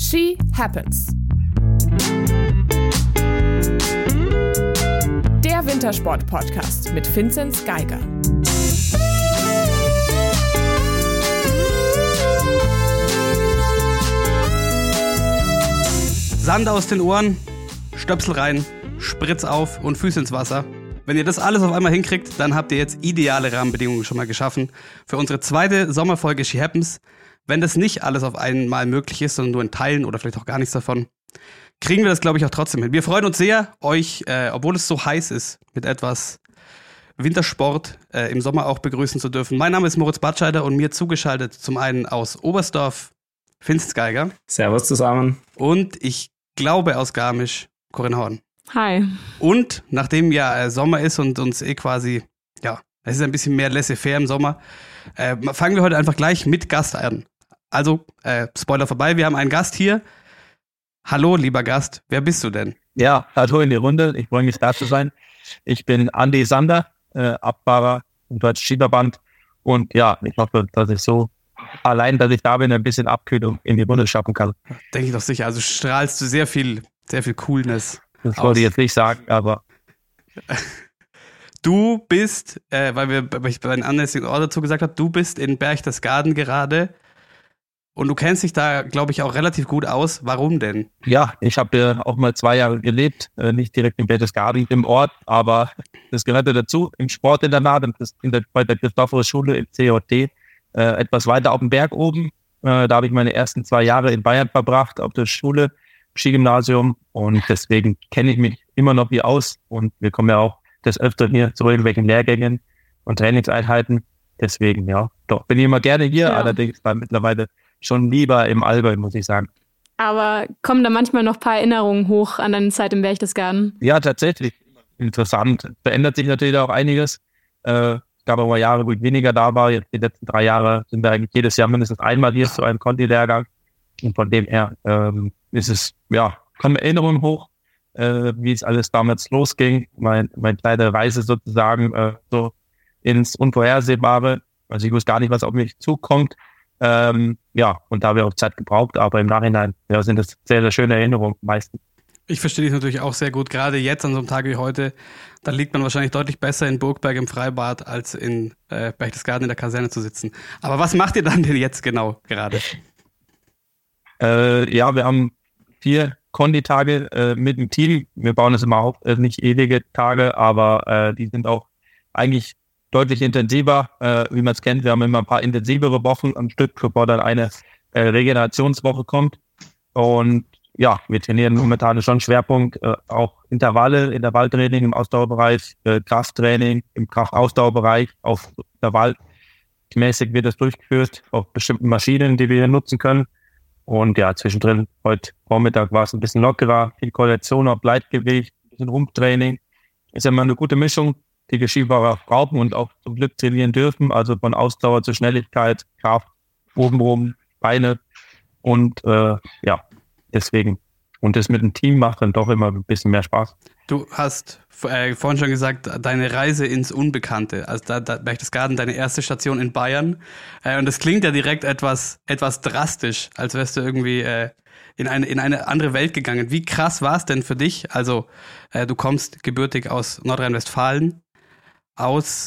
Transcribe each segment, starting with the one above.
She Happens. Der Wintersport-Podcast mit Vinzenz Geiger. Sand aus den Ohren, Stöpsel rein, Spritz auf und Füße ins Wasser. Wenn ihr das alles auf einmal hinkriegt, dann habt ihr jetzt ideale Rahmenbedingungen schon mal geschaffen für unsere zweite Sommerfolge She Happens. Wenn das nicht alles auf einmal möglich ist, sondern nur in Teilen oder vielleicht auch gar nichts davon, kriegen wir das, glaube ich, auch trotzdem hin. Wir freuen uns sehr, euch, obwohl es so heiß ist, mit etwas Wintersport im Sommer auch begrüßen zu dürfen. Mein Name ist Moritz Batscheider und mir zugeschaltet zum einen aus Oberstdorf Vinzenz Geiger. Servus zusammen. Und ich glaube aus Garmisch Corinna Horn. Hi. Und nachdem ja Sommer ist und uns quasi, ja, es ist ein bisschen mehr laissez-faire im Sommer, fangen wir heute einfach gleich mit Gast an. Also, Spoiler vorbei, wir haben einen Gast hier. Hallo, lieber Gast, wer bist du denn? Ja, hallo in die Runde, ich freue mich, da zu sein. Ich bin Andi Sander, Abfahrer im Deutschen Skiverband. Und ja, ich hoffe, dass ich so allein, dass ich da bin, ein bisschen Abkühlung in die Runde schaffen kann. Denke ich doch sicher, also strahlst du sehr viel Coolness. Das wollte ich jetzt nicht sagen, aber... Du bist, weil ich bei den anlässigen Ort dazu gesagt habe, du bist in Berchtesgaden gerade und du kennst dich da, glaube ich, auch relativ gut aus. Warum denn? Ja, ich habe ja auch mal 2 Jahre gelebt, nicht direkt in Berchtesgaden im Ort, aber das gehörte dazu, im Sportinternat bei der Christophorus-Schule im CJT, etwas weiter auf dem Berg oben. Da habe ich meine ersten 2 Jahre in Bayern verbracht, auf der Schule, Skigymnasium, und deswegen kenne ich mich immer noch hier aus und wir kommen ja auch des Öfteren hier zu irgendwelchen Lehrgängen und Trainingseinheiten. Deswegen, ja, doch bin ich immer gerne hier, ja. Allerdings dann mittlerweile schon lieber im Allgäu, muss ich sagen. Aber kommen da manchmal noch ein paar Erinnerungen hoch an deine Zeit im Berchtesgaden? Ja, tatsächlich. Interessant. Verändert sich natürlich auch einiges. Es gab auch mal Jahre, wo ich weniger da war. Jetzt die letzten 3 Jahre sind wir eigentlich jedes Jahr mindestens einmal hier zu einem Conti-Lehrgang. Und von dem her ist es, ja, kommen Erinnerungen hoch, wie es alles damals losging. Meine kleine Reise sozusagen so ins Unvorhersehbare. Also ich wusste gar nicht, was auf mich zukommt. Ja, und da haben wir auch Zeit gebraucht, aber im Nachhinein sind das sehr, sehr schöne Erinnerungen meistens. Ich verstehe dich natürlich auch sehr gut. Gerade jetzt an so einem Tag wie heute, da liegt man wahrscheinlich deutlich besser in Burgberg im Freibad, als in Berchtesgaden in der Kaserne zu sitzen. Aber was macht ihr dann denn jetzt genau gerade? Ja, wir haben 4 Kondi-Tage mit dem Team. Wir bauen es immer auf, nicht ewige Tage, aber die sind auch eigentlich deutlich intensiver, wie man es kennt. Wir haben immer ein paar intensivere Wochen am Stück, bevor dann eine Regenerationswoche kommt. Und ja, wir trainieren momentan schon Schwerpunkt, auch Intervalltraining im Ausdauerbereich, Krafttraining im Kraftausdauerbereich, auf intervallmäßig wird das durchgeführt, auf bestimmten Maschinen, die wir hier nutzen können. Und ja, zwischendrin, heute Vormittag war es ein bisschen lockerer, viel Koordination auf Gleitgewicht, ein bisschen Rumpftraining. Ist ja immer eine gute Mischung, die wir Skifahrer brauchen und auch zum Glück trainieren dürfen. Also von Ausdauer zur Schnelligkeit, Kraft, obenrum, Beine und ja, deswegen. Und das mit dem Team macht dann doch immer ein bisschen mehr Spaß. Du hast vorhin schon gesagt, deine Reise ins Unbekannte, also da Berchtesgaden, deine erste Station in Bayern. Und das klingt ja direkt etwas drastisch, als wärst du irgendwie in eine andere Welt gegangen. Wie krass war es denn für dich? Also du kommst gebürtig aus Nordrhein-Westfalen, aus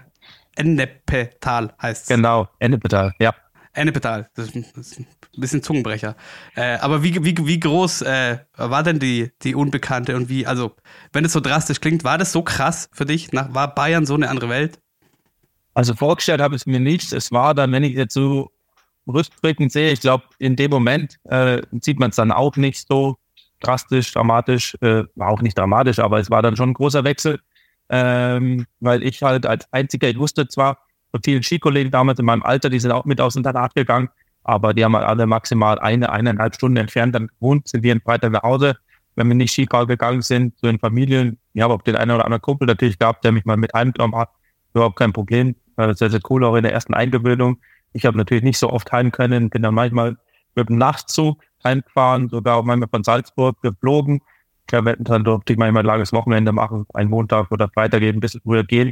Ennepetal heißt es. Genau, Ennepetal, ja. Ennepetal, das ist ein bisschen Zungenbrecher. Aber wie groß war denn die Unbekannte und wie, also wenn es so drastisch klingt, war das so krass für dich? War Bayern so eine andere Welt? Also vorgestellt habe ich es mir nicht. Es war dann, wenn ich jetzt so rückblickend sehe, ich glaube, in dem Moment sieht man es dann auch nicht so drastisch, dramatisch. War auch nicht dramatisch, aber es war dann schon ein großer Wechsel, weil ich halt als Einziger, ich wusste zwar, von vielen Skikollegen damals in meinem Alter, die sind auch mit aus Internat gegangen, aber die haben halt alle maximal 1,5 Stunden entfernt dann gewohnt, sind wir in Freitag nach Hause, wenn wir nicht Skifahren gegangen sind, so in Familien. Ich habe auch den einen oder anderen Kumpel natürlich gehabt, der mich mal mit heimgenommen hat, überhaupt kein Problem. Das ist sehr, sehr cool, auch in der ersten Eingewöhnung. Ich habe natürlich nicht so oft heim können, bin dann manchmal mit dem Nachtzug heimgefahren, sogar auch manchmal von Salzburg geflogen. Dann durfte ich manchmal ein langes Wochenende machen, einen Montag oder Freitag eben ein bisschen früher gehen.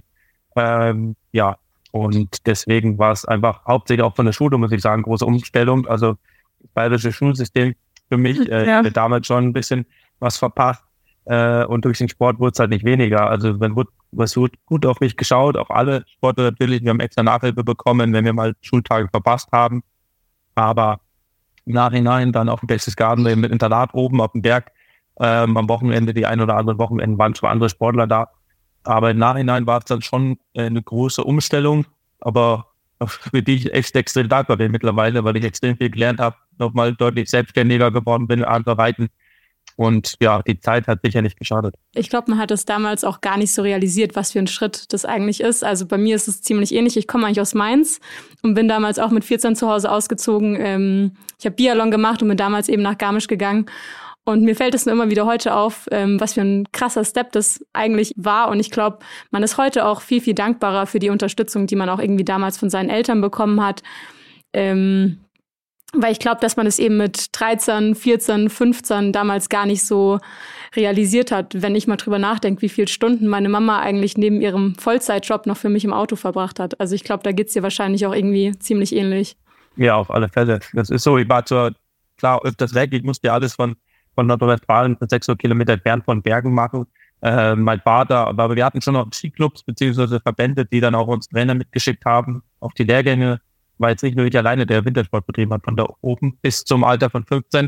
Ja, und deswegen war es einfach hauptsächlich auch von der Schule, muss ich sagen, große Umstellung. Also das bayerische Schulsystem für mich. Ich hatte damals schon ein bisschen was verpasst. Und durch den Sport wurde es halt nicht weniger. Also es wurde gut auf mich geschaut, auch alle Sportler natürlich. Wir haben extra Nachhilfe bekommen, wenn wir mal Schultage verpasst haben. Aber im Nachhinein dann auf dem Berchtesgaden mit Internat oben auf dem Berg. Am Wochenende, die ein oder anderen Wochenenden waren schon andere Sportler da. Aber im Nachhinein war es dann schon eine große Umstellung, aber für die ich echt extrem dankbar bin mittlerweile, weil ich extrem viel gelernt habe, nochmal deutlich selbstständiger geworden bin, andere Reiten. Und ja, die Zeit hat sicher nicht geschadet. Ich glaube, man hat es damals auch gar nicht so realisiert, was für ein Schritt das eigentlich ist. Also bei mir ist es ziemlich ähnlich. Ich komme eigentlich aus Mainz und bin damals auch mit 14 zu Hause ausgezogen. Ich habe Biathlon gemacht und bin damals eben nach Garmisch gegangen. Und mir fällt es nur immer wieder heute auf, was für ein krasser Step das eigentlich war. Und ich glaube, man ist heute auch viel, viel dankbarer für die Unterstützung, die man auch irgendwie damals von seinen Eltern bekommen hat. Weil ich glaube, dass man es eben mit 13, 14, 15 damals gar nicht so realisiert hat, wenn ich mal drüber nachdenke, wie viele Stunden meine Mama eigentlich neben ihrem Vollzeitjob noch für mich im Auto verbracht hat. Also ich glaube, da geht's dir wahrscheinlich auch irgendwie ziemlich ähnlich. Ja, auf alle Fälle. Das ist so, ich war zwar klar öfters weg, ich musste ja alles von Nordrhein-Westfalen 600 Kilometer entfernt von Bergen machen. Mein Vater, aber wir hatten schon noch Skiclubs beziehungsweise Verbände, die dann auch uns Trainer mitgeschickt haben auf die Lehrgänge. War jetzt nicht nur ich alleine, der Wintersport betrieben hat, von da oben bis zum Alter von 15.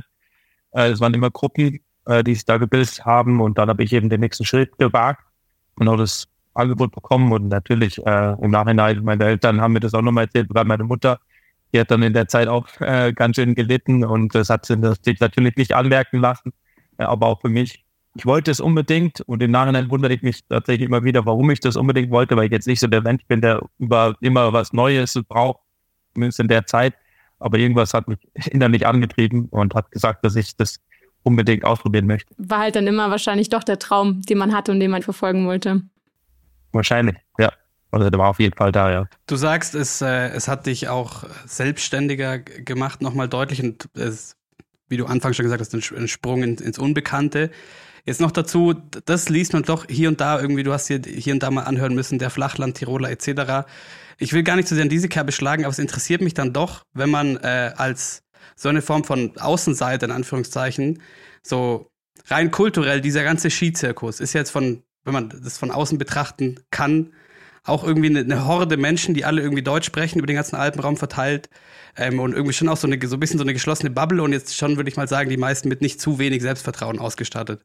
Es waren immer Gruppen, die sich da gebildet haben und dann habe ich eben den nächsten Schritt gewagt und auch das Angebot bekommen und natürlich im Nachhinein, meine Eltern haben mir das auch nochmal erzählt, gerade meine Mutter, die hat dann in der Zeit auch ganz schön gelitten und das hat sich natürlich nicht anmerken lassen, aber auch für mich. Ich wollte es unbedingt und im Nachhinein wundere ich mich tatsächlich immer wieder, warum ich das unbedingt wollte, weil ich jetzt nicht so der Mensch bin, der immer was Neues braucht, zumindest in der Zeit. Aber irgendwas hat mich innerlich angetrieben und hat gesagt, dass ich das unbedingt ausprobieren möchte. War halt dann immer wahrscheinlich doch der Traum, den man hatte und den man verfolgen wollte. Wahrscheinlich, ja. Also der war auf jeden Fall da, ja. Du sagst, es hat dich auch selbstständiger gemacht, nochmal deutlich. Und wie du anfangs schon gesagt hast, ein Sprung ins Unbekannte. Jetzt noch dazu, das liest man doch hier und da irgendwie, du hast hier und da mal anhören müssen, der Flachland-Tiroler etc. Ich will gar nicht so sehr in diese Kerbe schlagen, aber es interessiert mich dann doch, wenn man als so eine Form von Außenseiter, in Anführungszeichen, so rein kulturell, dieser ganze Skizirkus ist jetzt wenn man das von außen betrachten kann, auch irgendwie eine Horde Menschen, die alle irgendwie Deutsch sprechen, über den ganzen Alpenraum verteilt und irgendwie schon auch so ein bisschen so eine geschlossene Bubble und jetzt schon, würde ich mal sagen, die meisten mit nicht zu wenig Selbstvertrauen ausgestattet.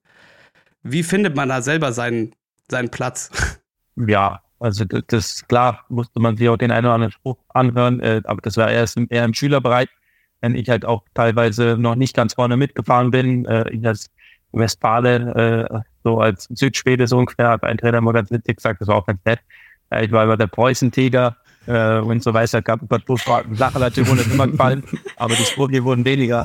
Wie findet man da selber seinen Platz? Ja, also das klar, musste man sich auch den einen oder anderen Spruch anhören, aber das war eher im Schülerbereich, wenn ich halt auch teilweise noch nicht ganz vorne mitgefahren bin. Ich als Westfale, so als Südschwede so ungefähr, hat ein Trainer mal ganz witzig gesagt, das war auch ganz nett. Ich war immer der Preußentiger und so weiter, gab ein paar Spruchfragen, Sacherleute wurden immer gefallen, aber die Sprüche wurden weniger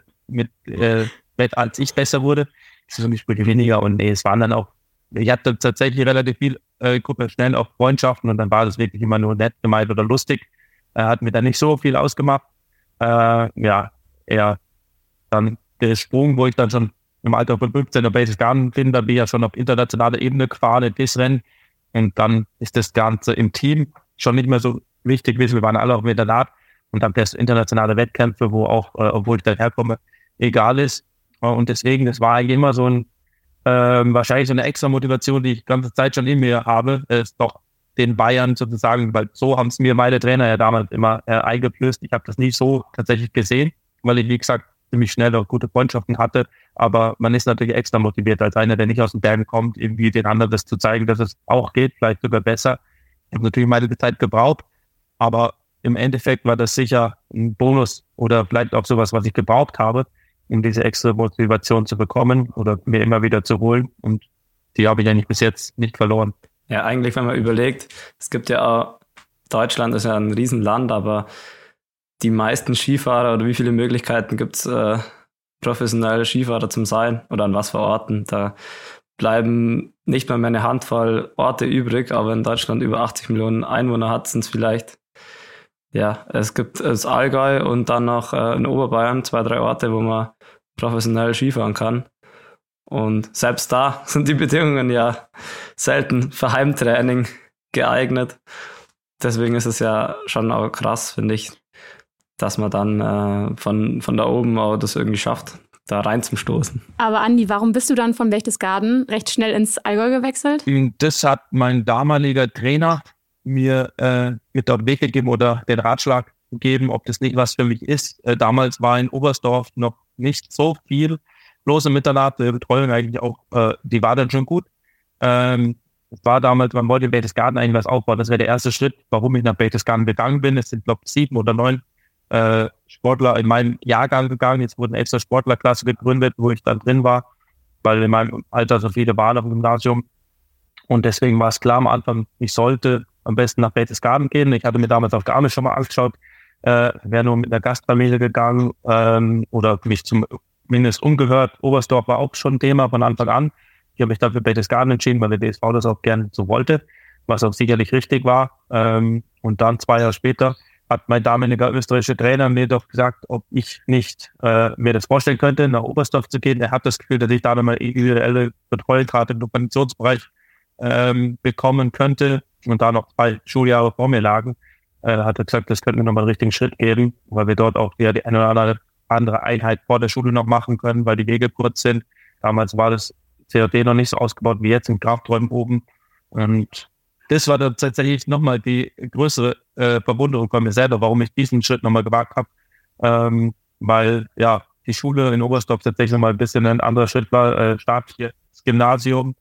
als ich besser wurde. Es sind die Sprüche weniger und nee, es waren dann auch, ich hatte tatsächlich relativ viel Gruppe schnell auch Freundschaften und dann war das wirklich immer nur nett gemeint oder lustig. Hat mir dann nicht so viel ausgemacht. Ja, eher dann der Sprung, wo ich dann schon im Alter von 15 auf Berchtesgaden bin, da bin ich ja schon auf internationaler Ebene gefahren, in Disrennen. Und dann ist das Ganze im Team schon nicht mehr so wichtig gewesen. Wir waren alle auf dem Internat und dann das internationale Wettkämpfe, wo auch, obwohl ich da herkomme, egal ist. Und deswegen, das war eigentlich immer so ein, wahrscheinlich so eine extra Motivation, die ich die ganze Zeit schon in mir habe, ist doch den Bayern sozusagen, weil so haben es mir meine Trainer ja damals immer eingeflößt. Ich habe das nie so tatsächlich gesehen, weil ich, wie gesagt, ziemlich schnell auch gute Freundschaften hatte. Aber man ist natürlich extra motiviert als einer, der nicht aus den Bergen kommt, irgendwie den anderen das zu zeigen, dass es auch geht, vielleicht sogar besser. Ich habe natürlich meine Zeit gebraucht, aber im Endeffekt war das sicher ein Bonus oder vielleicht auch sowas, was ich gebraucht habe, um diese extra Motivation zu bekommen oder mir immer wieder zu holen. Und die habe ich eigentlich bis jetzt nicht verloren. Ja, eigentlich, wenn man überlegt, es gibt ja auch, Deutschland ist ja ein Riesenland, aber die meisten Skifahrer oder wie viele Möglichkeiten gibt es, professionelle Skifahrer zum sein oder an was für Orten? Da bleiben nicht mal mehr eine Handvoll Orte übrig, aber in Deutschland über 80 Millionen Einwohner hat, sind es vielleicht, ja, es gibt das Allgäu und dann noch in Oberbayern 2, 3 Orte, wo man professionell Skifahren kann. Und selbst da sind die Bedingungen ja selten für Heimtraining geeignet. Deswegen ist es ja schon auch krass, finde ich, dass man dann von da oben auch das irgendwie schafft, da rein zum Stoßen. Aber Andi, warum bist du dann von Berchtesgaden recht schnell ins Allgäu gewechselt? Das hat mein damaliger Trainer mir mit auf den Weg gegeben oder den Ratschlag gegeben, ob das nicht was für mich ist. Damals war in Oberstdorf noch nicht so viel los im Internat, die Betreuung eigentlich auch, die war dann schon gut. Es war damals, man wollte in Berchtesgaden eigentlich was aufbauen. Das wäre der erste Schritt, warum ich nach Berchtesgaden gegangen bin. Es sind, glaube ich, 7 oder 9 Sportler in meinem Jahrgang gegangen. Jetzt wurde eine extra Sportlerklasse gegründet, wo ich dann drin war, weil in meinem Alter so viele waren auf dem Gymnasium. Und deswegen war es klar am Anfang, ich sollte am besten nach Berchtesgaden gehen. Ich hatte mir damals auf Garmisch schon mal angeschaut, wäre nur mit einer Gastfamilie gegangen oder mich zumindest umgehört. Oberstdorf war auch schon ein Thema von Anfang an. Ich habe mich dann für Berchtesgaden entschieden, weil der DSV das auch gerne so wollte, was auch sicherlich richtig war. Und dann 2 Jahre später hat mein damaliger österreichischer Trainer mir doch gesagt, ob ich nicht mir das vorstellen könnte, nach Oberstdorf zu gehen. Er hat das Gefühl, dass ich da mal individuelle Betreuung gerade im Dokumentationsbereich bekommen könnte und da noch 2 Schuljahre vor mir lagen. Hat er gesagt, das könnte mir nochmal einen richtigen Schritt geben, weil wir dort auch wieder die eine oder andere Einheit vor der Schule noch machen können, weil die Wege kurz sind. Damals war das COD noch nicht so ausgebaut wie jetzt in Krafträumen oben. Und das war dann tatsächlich nochmal die größere Verwunderung von mir selber, warum ich diesen Schritt nochmal gewagt habe. Weil ja die Schule in Oberstdorf tatsächlich nochmal ein bisschen ein anderer Schritt war. Staatliches Gymnasium.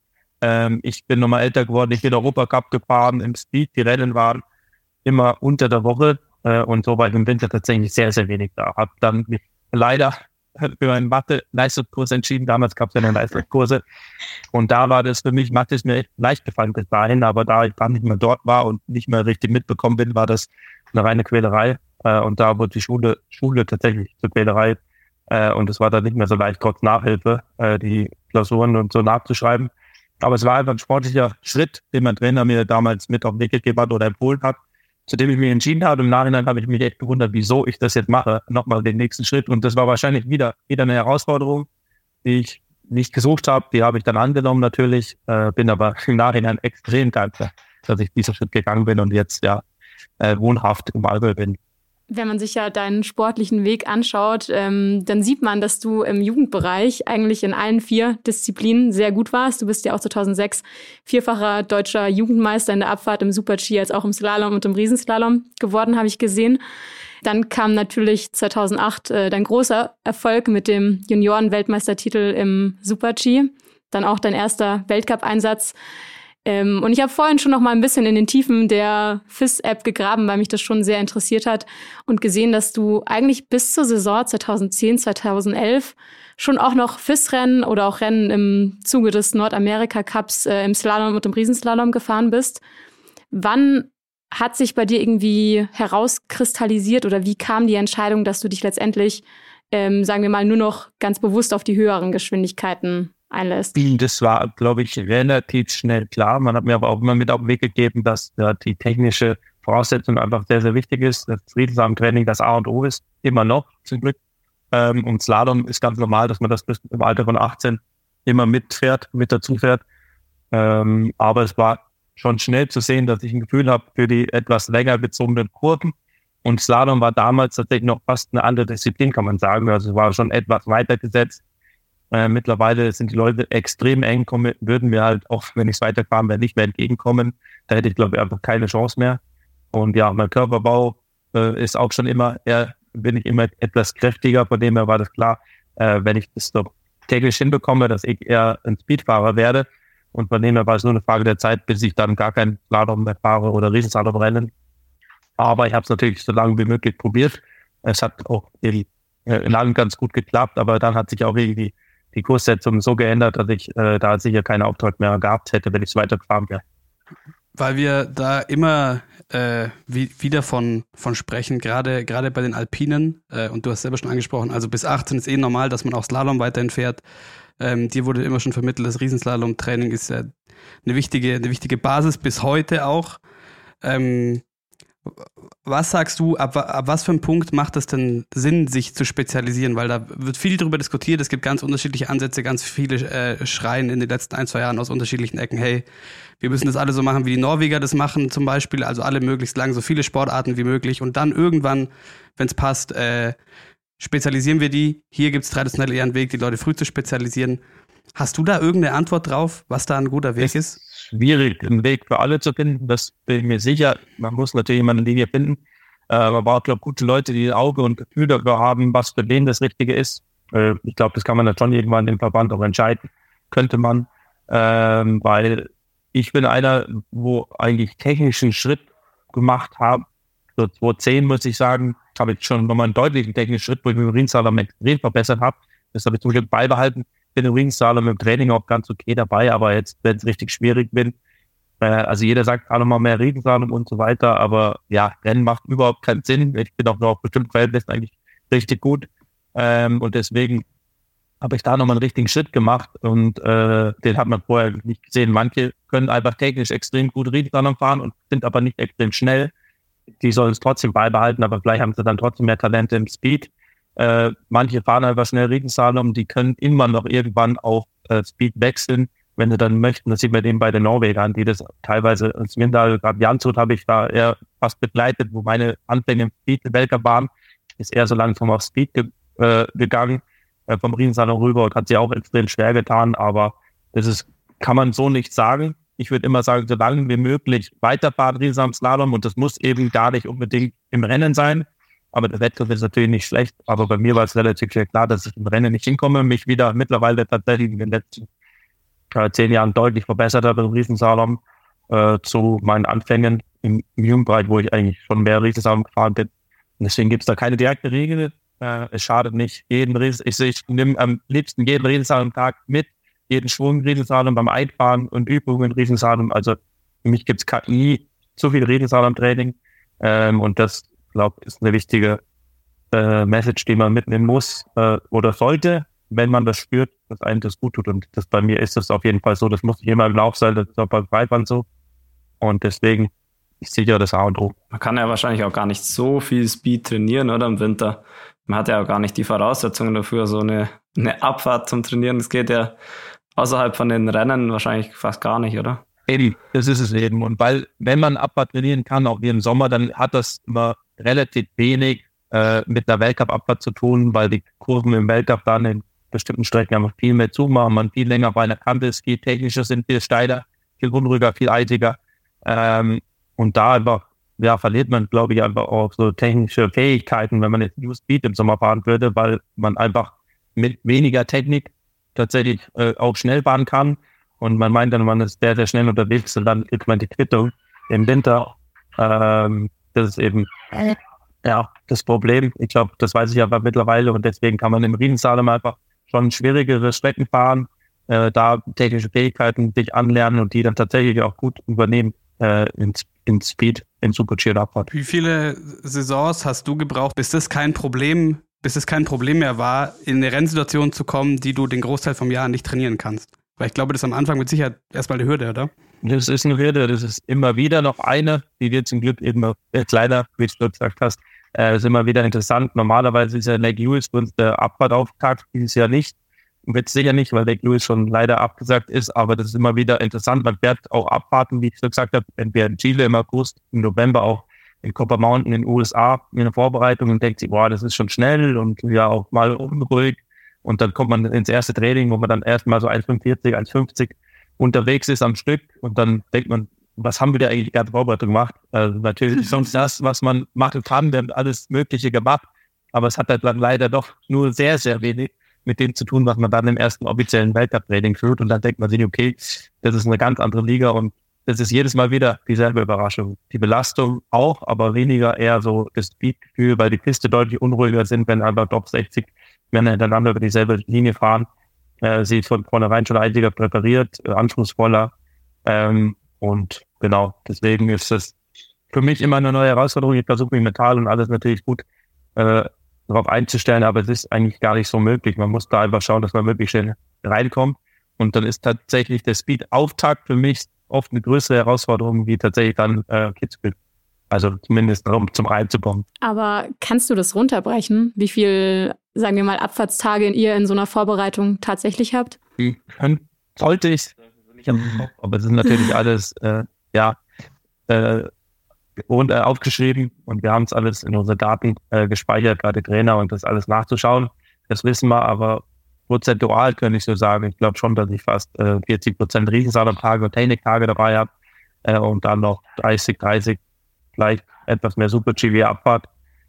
Ich bin nochmal älter geworden. Ich bin Europacup gefahren im Speed. Die Rennen waren immer unter der Woche. Und so war ich im Winter tatsächlich sehr, sehr wenig da. Habe dann mich leider für meinen Mathe-Leistungskurs entschieden. Damals gab es ja eine Leistungskurse. Und da war das für mich, Mathe ist mir echt leicht gefallen bis dahin. Aber da ich dann nicht mehr dort war und nicht mehr richtig mitbekommen bin, war das eine reine Quälerei. Und da wurde die Schule tatsächlich zur Quälerei. Und es war dann nicht mehr so leicht, trotz Nachhilfe, die Klausuren und so nachzuschreiben. Aber es war einfach ein sportlicher Schritt, den mein Trainer mir damals mit auf den Weg gegeben hat oder empfohlen hat, zu dem ich mich entschieden habe. Im Nachhinein habe ich mich echt gewundert, wieso ich das jetzt mache. Nochmal den nächsten Schritt. Und das war wahrscheinlich wieder eine Herausforderung, die ich nicht gesucht habe. Die habe ich dann angenommen natürlich, bin aber im Nachhinein extrem dankbar, dass ich diesen Schritt gegangen bin und jetzt wohnhaft im Allgäu bin. Wenn man sich ja deinen sportlichen Weg anschaut, dann sieht man, dass du im Jugendbereich eigentlich in allen 4 Disziplinen sehr gut warst. Du bist ja auch 2006 4-facher deutscher Jugendmeister in der Abfahrt im Super-G als auch im Slalom und im Riesenslalom geworden, habe ich gesehen. Dann kam natürlich 2008 dein großer Erfolg mit dem Junioren-Weltmeistertitel im Super-G. Dann auch dein erster Weltcup-Einsatz. Und ich habe vorhin schon noch mal ein bisschen in den Tiefen der FIS-App gegraben, weil mich das schon sehr interessiert hat und gesehen, dass du eigentlich bis zur Saison 2010, 2011 schon auch noch FIS-Rennen oder auch Rennen im Zuge des Nordamerika-Cups im Slalom und im Riesenslalom gefahren bist. Wann hat sich bei dir irgendwie herauskristallisiert oder wie kam die Entscheidung, dass du dich letztendlich, sagen wir mal, nur noch ganz bewusst auf die höheren Geschwindigkeiten einlässt? Das war, glaube ich, relativ schnell klar. Man hat mir aber auch immer mit auf den Weg gegeben, dass die technische Voraussetzung einfach sehr, sehr wichtig ist. Das Riesenslalom-Training das A und O ist, immer noch, zum Glück. Und Slalom ist ganz normal, dass man das bis im Alter von 18 immer mit dazu fährt. Aber es war schon schnell zu sehen, dass ich ein Gefühl habe für die etwas länger gezogenen Kurven. Und Slalom war damals tatsächlich noch fast eine andere Disziplin, kann man sagen. Also es war schon etwas weiter gesetzt. Mittlerweile sind die Leute extrem eng, würden mir halt, auch wenn ich es weiterfahren wäre, nicht mehr entgegenkommen. Da hätte ich, glaube ich, einfach keine Chance mehr. Und ja, mein Körperbau ist auch schon bin ich immer etwas kräftiger, von dem her war das klar, wenn ich das doch täglich hinbekomme, dass ich eher ein Speedfahrer werde. Und von dem her war es nur eine Frage der Zeit, bis ich dann gar kein Slalom mehr fahre oder Riesenslalom-Rennen. Aber ich habe es natürlich so lange wie möglich probiert. Es hat auch lang ganz gut geklappt, aber dann hat sich auch irgendwie die Kurssetzung so geändert, dass ich da sicher keinen Auftrag mehr gehabt hätte, wenn ich es weitergefahren wäre. Weil wir da immer wieder von sprechen, gerade bei den Alpinen, und du hast selber schon angesprochen, also bis 18 ist normal, dass man auch Slalom weiterhin fährt. Dir wurde immer schon vermittelt, das Riesenslalom-Training ist eine wichtige Basis bis heute auch. Was sagst du, ab was für einem Punkt macht es denn Sinn, sich zu spezialisieren? Weil da wird viel darüber diskutiert, es gibt ganz unterschiedliche Ansätze, ganz viele schreien in den letzten 1-2 Jahren aus unterschiedlichen Ecken, hey, wir müssen das alle so machen, wie die Norweger das machen zum Beispiel, also alle möglichst lang, so viele Sportarten wie möglich und dann irgendwann, wenn es passt, spezialisieren wir die? Hier gibt es traditionell eher einen Weg, die Leute früh zu spezialisieren. Hast du da irgendeine Antwort drauf, was da ein guter Weg ist? Schwierig, einen Weg für alle zu finden, das bin ich mir sicher. Man muss natürlich immer eine Linie finden. Man braucht, glaube ich, gute Leute, die ein Auge und Gefühl dafür haben, was für wen das Richtige ist. Ich glaube, das kann man dann schon irgendwann im Verband auch entscheiden. Könnte man, weil ich bin einer, wo eigentlich technischen Schritt gemacht habe. So 2010 muss ich sagen, habe ich schon nochmal einen deutlichen technischen Schritt, wo ich mit dem Riesenslalom extrem verbessert habe. Das habe ich zum Glück beibehalten. Bin im Riesenslalom im Training auch ganz okay dabei, aber jetzt, wenn es richtig schwierig bin, also jeder sagt auch nochmal mehr Riesenslalom und so weiter, aber ja, Rennen macht überhaupt keinen Sinn. Ich bin auch noch auf bestimmten Verhältnissen eigentlich richtig gut und deswegen habe ich da nochmal einen richtigen Schritt gemacht und den hat man vorher nicht gesehen. Manche können einfach technisch extrem gut Riesenslalom fahren und sind aber nicht extrem schnell. Die sollen es trotzdem beibehalten, aber vielleicht haben sie dann trotzdem mehr Talente im Speed. Manche fahren einfach schnell Riesenslalom, die können immer noch irgendwann auf Speed wechseln, wenn sie dann möchten. Das sieht man eben bei den Norwegern, die das teilweise, Svindal, gerade Jansrud habe ich da eher fast begleitet, wo meine Anfänge im Speed im Weltcup waren, ist eher so langsam auf Speed gegangen, vom Riesenslalom rüber und hat sie auch extrem schwer getan, aber das ist, kann man so nicht sagen. Ich würde immer sagen, so lange wie möglich weiterfahren Riesenslalom und das muss eben gar nicht unbedingt im Rennen sein. Aber der Wettkampf ist natürlich nicht schlecht. Aber bei mir war es relativ schnell klar, dass ich im Rennen nicht hinkomme. Mich wieder mittlerweile tatsächlich in den letzten 10 Jahren deutlich verbessert habe im Riesenslalom zu meinen Anfängen im Jugendbereich, wo ich eigentlich schon mehr Riesenslalom gefahren bin. Und deswegen gibt es da keine direkte Regel. Es schadet nicht. Ich nehme am liebsten jeden Riesenslalom-Tag mit, jeden Schwung Riesenslalom beim Einfahren und Übungen Riesenslalom. Also für mich gibt es nie zu viel Riesenslalom-Training. Und das, glaube ich, ist eine wichtige Message, die man mitnehmen muss oder sollte, wenn man das spürt, dass einem das gut tut. Und das bei mir ist das auf jeden Fall so. Das muss nicht immer im Lauf sein, das ist auch beim Freiband so. Und deswegen ist sicher das A und O. Man kann ja wahrscheinlich auch gar nicht so viel Speed trainieren, oder im Winter. Man hat ja auch gar nicht die Voraussetzungen dafür, so eine Abfahrt zum Trainieren. Das geht ja außerhalb von den Rennen wahrscheinlich fast gar nicht, oder? Eben, das ist es eben. Und weil, wenn man Abfahrt trainieren kann, auch wie im Sommer, dann hat das immer relativ wenig mit einer Weltcup-Abfahrt zu tun, weil die Kurven im Weltcup dann in bestimmten Strecken einfach viel mehr zumachen, man viel länger bei einer Kante ist, viel technischer sind, viel steiler, viel unruhiger, viel eisiger. Und da einfach, ja, verliert man, glaube ich, einfach auch so technische Fähigkeiten, wenn man jetzt New Speed im Sommer fahren würde, weil man einfach mit weniger Technik tatsächlich auch schnell fahren kann. Und man meint dann, man ist sehr, sehr schnell unterwegs und dann kriegt man die Quittung im Winter. Das ist eben ja das Problem. Ich glaube, das weiß ich aber mittlerweile und deswegen kann man im Riesenslalom einfach schon schwierigere Strecken fahren, da technische Fähigkeiten sich anlernen und die dann tatsächlich auch gut übernehmen in Speed, in Super-G und Abfahrt. Wie viele Saisons hast du gebraucht, bis es kein Problem mehr war, in eine Rennsituation zu kommen, die du den Großteil vom Jahr nicht trainieren kannst? Weil ich glaube, das ist am Anfang mit Sicherheit erstmal eine Hürde, oder? Das ist eine Hürde, das ist immer wieder noch eine, die wir zum Glück eben kleiner, wie du gesagt hast, ist immer wieder interessant. Normalerweise ist ja Lake Louise für uns der Abfahrtauftakt, dieses Jahr nicht. Wird sicher nicht, weil Lake Louise schon leider abgesagt ist, aber das ist immer wieder interessant. Man fährt auch Abfahrten, wie ich so gesagt habe, entweder in Chile im August, im November auch in Copper Mountain in den USA in der Vorbereitung und denkt sich, boah, das ist schon schnell und ja auch mal unruhig. Und dann kommt man ins erste Training, wo man dann erstmal so 1,45, 1,50 unterwegs ist am Stück und dann denkt man, was haben wir da eigentlich die ganze Vorbereitung gemacht? Also natürlich sonst das, was man machen kann, wir haben alles Mögliche gemacht, aber es hat halt dann leider doch nur sehr, sehr wenig mit dem zu tun, was man dann im ersten offiziellen Weltcup-Training führt und dann denkt man sich, okay, das ist eine ganz andere Liga und das ist jedes Mal wieder dieselbe Überraschung. Die Belastung auch, aber weniger eher so das Speedgefühl, weil die Piste deutlich unruhiger sind, wenn einfach Top 60 Männer hintereinander über dieselbe Linie fahren. Sie ist von vornherein schon einiger präpariert, anspruchsvoller. Und genau, deswegen ist es für mich immer eine neue Herausforderung. Ich versuche mich mental und alles natürlich gut darauf einzustellen, aber es ist eigentlich gar nicht so möglich. Man muss da einfach schauen, dass man möglichst schnell reinkommt. Und dann ist tatsächlich der Speed-Auftakt für mich oft eine größere Herausforderung, wie tatsächlich dann Kitzbühel. Also zumindest darum, zum reinzukommen. Aber kannst du das runterbrechen? Wie viel, sagen wir mal, Abfahrtstage ihr in so einer Vorbereitung tatsächlich habt? Sollte ich. Aber es ist natürlich alles, und aufgeschrieben und wir haben es alles in unsere Daten gespeichert, gerade Trainer und das alles nachzuschauen. Das wissen wir, aber prozentual könnte ich so sagen. Ich glaube schon, dass ich fast 40% Riesenslalom-Tage und Techniktage dabei habe und dann noch 30, vielleicht etwas mehr Super-G wie Abfahrt.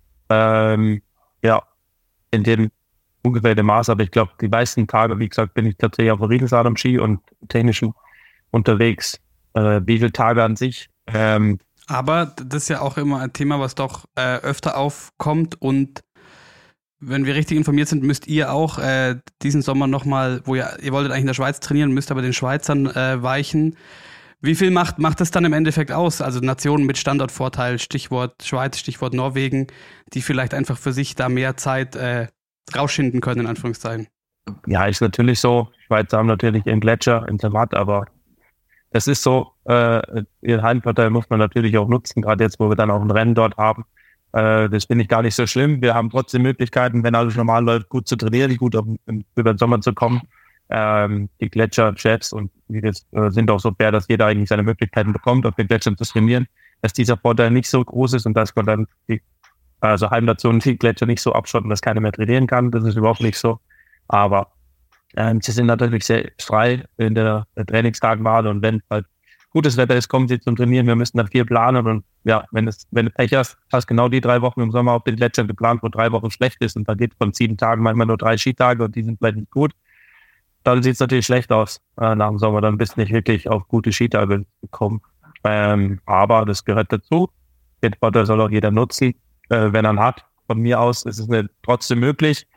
In dem ungefähr dem Maß, aber ich glaube, die meisten Tage, wie gesagt, bin ich tatsächlich auf dem Riesenslalom-Ski und technischen unterwegs. Wie viele Tage an sich? Aber das ist ja auch immer ein Thema, was doch öfter aufkommt und wenn wir richtig informiert sind, müsst ihr auch diesen Sommer nochmal, ihr wolltet eigentlich in der Schweiz trainieren, müsst aber den Schweizern weichen. Wie viel macht das dann im Endeffekt aus? Also Nationen mit Standortvorteil, Stichwort Schweiz, Stichwort Norwegen, die vielleicht einfach für sich da mehr Zeit rausschinden können, in Anführungszeichen. Ja, ist natürlich so. Schweizer haben natürlich ihren Gletscher in Zermatt, aber das ist so, ihren Heimvorteil muss man natürlich auch nutzen, gerade jetzt, wo wir dann auch ein Rennen dort haben. Das finde ich gar nicht so schlimm. Wir haben trotzdem Möglichkeiten, wenn alles normal läuft, gut zu trainieren, gut über den Sommer zu kommen. Die Gletscherchefs und die sind auch so fair, dass jeder eigentlich seine Möglichkeiten bekommt, auf den Gletschern zu trainieren, dass dieser Vorteil nicht so groß ist und dass man dann Heimnationen die Gletscher nicht so abschotten, dass keiner mehr trainieren kann. Das ist überhaupt nicht so. Aber sie sind natürlich sehr frei in der Trainingstagwahl und wenn halt gutes Wetter ist, kommen sie zum Trainieren. Wir müssen dann viel planen und ja, wenn du Pech hast genau die 3 Wochen im Sommer auf den Gletschern geplant, wo 3 Wochen schlecht ist und da geht von 7 Tagen manchmal nur 3 Skitage und die sind vielleicht nicht gut, dann sieht es natürlich schlecht aus nach dem Sommer. Dann bist du nicht wirklich auf gute Skitage gekommen. Aber das gehört dazu. Den Vorteil soll auch jeder nutzen, wenn er ihn hat. Von mir aus ist es trotzdem möglich.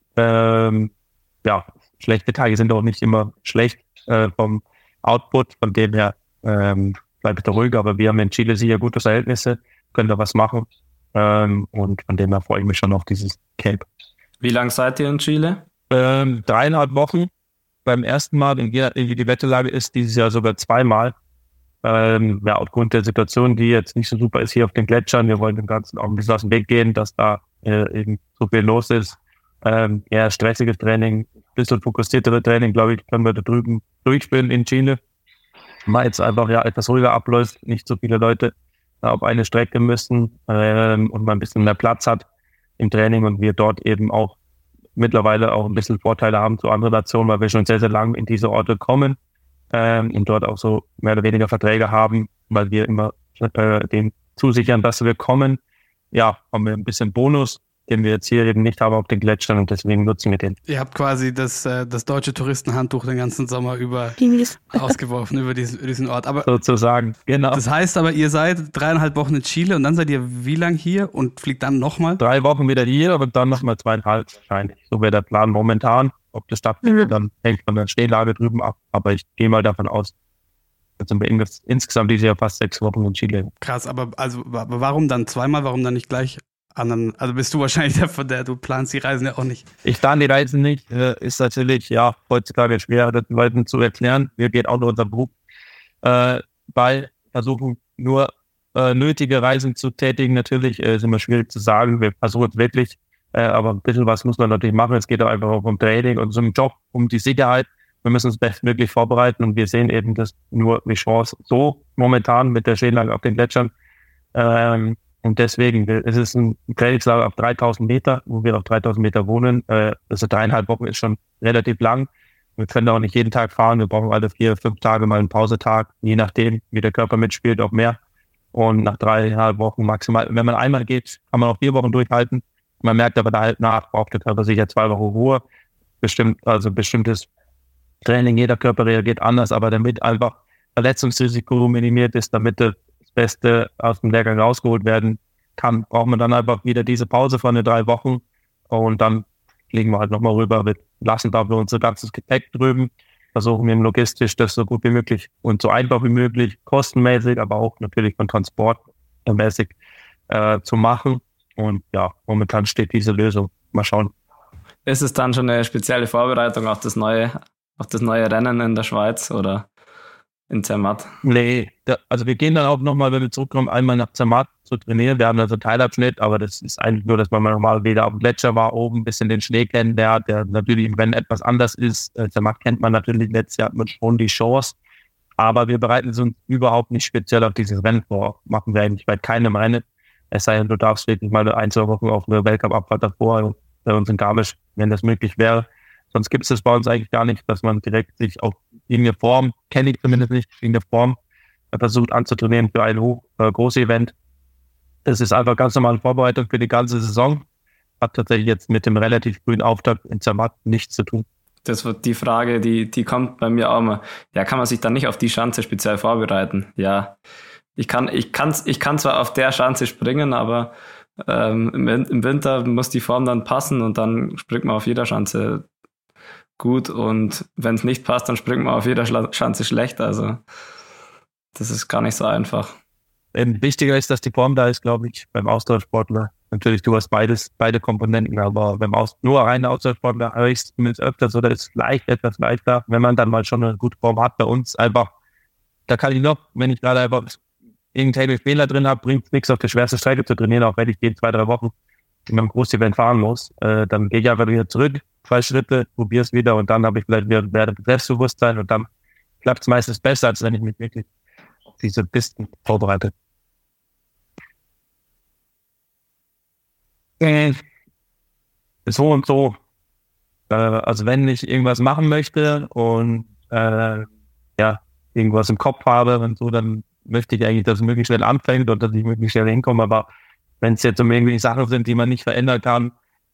Schlechte Tage sind auch nicht immer schlecht vom Output, von dem her bleibe ich da ruhig, aber wir haben in Chile sicher gute Verhältnisse, können da was machen und von dem her freue ich mich schon auf dieses Camp. Wie lange seid ihr in Chile? 3,5 Wochen. Beim ersten Mal, wie die Wetterlage ist, dieses Jahr sogar 2-mal. Aufgrund der Situation, die jetzt nicht so super ist hier auf den Gletschern, wir wollen dem Ganzen auch ein bisschen aus dem Weg gehen, dass da eben so viel los ist. Eher stressiges Training, ein bisschen fokussiertere Training, glaube ich, können wir da drüben durchspielen in Chile. Mal jetzt einfach etwas ruhiger abläuft, nicht so viele Leute auf eine Strecke müssen und man ein bisschen mehr Platz hat im Training und wir dort eben auch mittlerweile auch ein bisschen Vorteile haben zu anderen Nationen, weil wir schon sehr, sehr lang in diese Orte kommen und dort auch so mehr oder weniger Verträge haben, weil wir immer dem zusichern, dass wir kommen. Ja, haben wir ein bisschen Bonus, den wir jetzt hier eben nicht haben auf den Gletschern und deswegen nutzen wir den. Ihr habt quasi das deutsche Touristenhandtuch den ganzen Sommer über ausgeworfen über diesen Ort. Aber sozusagen, genau. Das heißt aber, ihr seid 3,5 Wochen in Chile und dann seid ihr wie lang hier und fliegt dann nochmal? 3 Wochen wieder hier, aber dann nochmal 2,5 wahrscheinlich. So wäre der Plan momentan. Ob das stattfindet, dann hängt von der Stehlage drüben ab. Aber ich gehe mal davon aus, jetzt sind wir insgesamt dieses Jahr fast 6 Wochen in Chile. Krass, aber warum dann 2-mal? Warum dann nicht gleich? Also bist du wahrscheinlich du planst die Reisen ja auch nicht. Ich plane die Reisen nicht, ist natürlich heutzutage schwer, den Leuten zu erklären. Wir gehen auch nur unserem Beruf bei, versuchen nur nötige Reisen zu tätigen. Natürlich ist immer schwierig zu sagen, wir versuchen es wirklich, aber ein bisschen was muss man natürlich machen. Es geht auch einfach auch um Training und so einen Job, um die Sicherheit. Wir müssen uns bestmöglich vorbereiten und wir sehen eben das nur die Chance so momentan mit der Schädlage auf den Gletschern. Und deswegen, es ist ein Trainingslager auf 3000 Meter, wo wir auf 3000 Meter wohnen. Also 3,5 Wochen ist schon relativ lang. Wir können auch nicht jeden Tag fahren. Wir brauchen alle 4-5 Tage mal einen Pausetag, je nachdem, wie der Körper mitspielt, auch mehr. Und nach 3,5 Wochen maximal, wenn man einmal geht, kann man auch 4 Wochen durchhalten. Man merkt aber da halt nach, braucht der Körper sicher 2 Wochen Ruhe. Bestimmtes Training, jeder Körper reagiert anders, aber damit einfach Verletzungsrisiko minimiert ist, damit das Beste aus dem Lehrgang rausgeholt werden kann, braucht man dann einfach wieder diese Pause von den 3 Wochen und dann fliegen wir halt nochmal rüber. Wir lassen dafür unser ganzes Gepäck drüben, versuchen wir logistisch das so gut wie möglich und so einfach wie möglich, kostenmäßig, aber auch natürlich von transportmäßig zu machen. Und ja, momentan steht diese Lösung. Mal schauen. Ist es dann schon eine spezielle Vorbereitung auf das neue Rennen in der Schweiz oder in Zermatt? Nee, also wir gehen dann auch nochmal, wenn wir zurückkommen, einmal nach Zermatt zu trainieren. Wir haben also einen Teilabschnitt, aber das ist eigentlich nur, dass man normal wieder auf dem Gletscher war, oben ein bisschen den Schnee kennenlernt, der natürlich im Rennen etwas anders ist. Zermatt kennt man natürlich, letztes Jahr hat man schon die Chance, Aber wir bereiten uns überhaupt nicht speziell auf dieses Rennen vor. Machen wir eigentlich bei keinem Rennen. Es sei denn, du darfst wirklich mal 1-2 Wochen auf eine Weltcup-Abfahrt davor bei uns in Garmisch, wenn das möglich wäre. Sonst gibt es das bei uns eigentlich gar nicht, dass man direkt sich auf irgendeine Form, kenne ich zumindest nicht, irgendeine Form versucht anzutrainieren für ein großes Event. Das ist einfach ganz normale Vorbereitung für die ganze Saison. Hat tatsächlich jetzt mit dem relativ frühen Auftakt in Zermatt nichts zu tun. Das wird die Frage, die kommt bei mir auch mal. Ja, kann man sich dann nicht auf die Schanze speziell vorbereiten? Ja, ich kann zwar auf der Schanze springen, aber im Winter muss die Form dann passen und dann springt man auf jeder Schanze gut und wenn es nicht passt, dann springt man auf jeder Schanze schlecht. Also das ist gar nicht so einfach. Wichtiger ist, dass die Form da ist, glaube ich, beim Ausdauersportler. Natürlich, du hast beide Komponenten, aber nur rein Ausdauersportler höre ich es zumindest öfters oder ist vielleicht etwas leichter, wenn man dann mal schon eine gute Form hat bei uns. Einfach, da kann ich noch, wenn ich gerade einfach irgendeinen Fehler drin habe, bringt es nichts auf der schwersten Strecke zu trainieren, auch wenn ich die 2-3 Wochen in einem Großevent fahren muss. Dann gehe ich einfach wieder zurück, 2 Schritte, probiere es wieder und dann habe ich vielleicht wieder Selbstbewusstsein und dann klappt es meistens besser, als wenn ich mich wirklich auf diese Pisten vorbereite. So und so. Also wenn ich irgendwas machen möchte und irgendwas im Kopf habe und so, dann möchte ich eigentlich, dass es möglichst schnell anfängt und dass ich möglichst schnell hinkomme. Aber wenn es jetzt um irgendwelche Sachen sind, die man nicht verändern kann,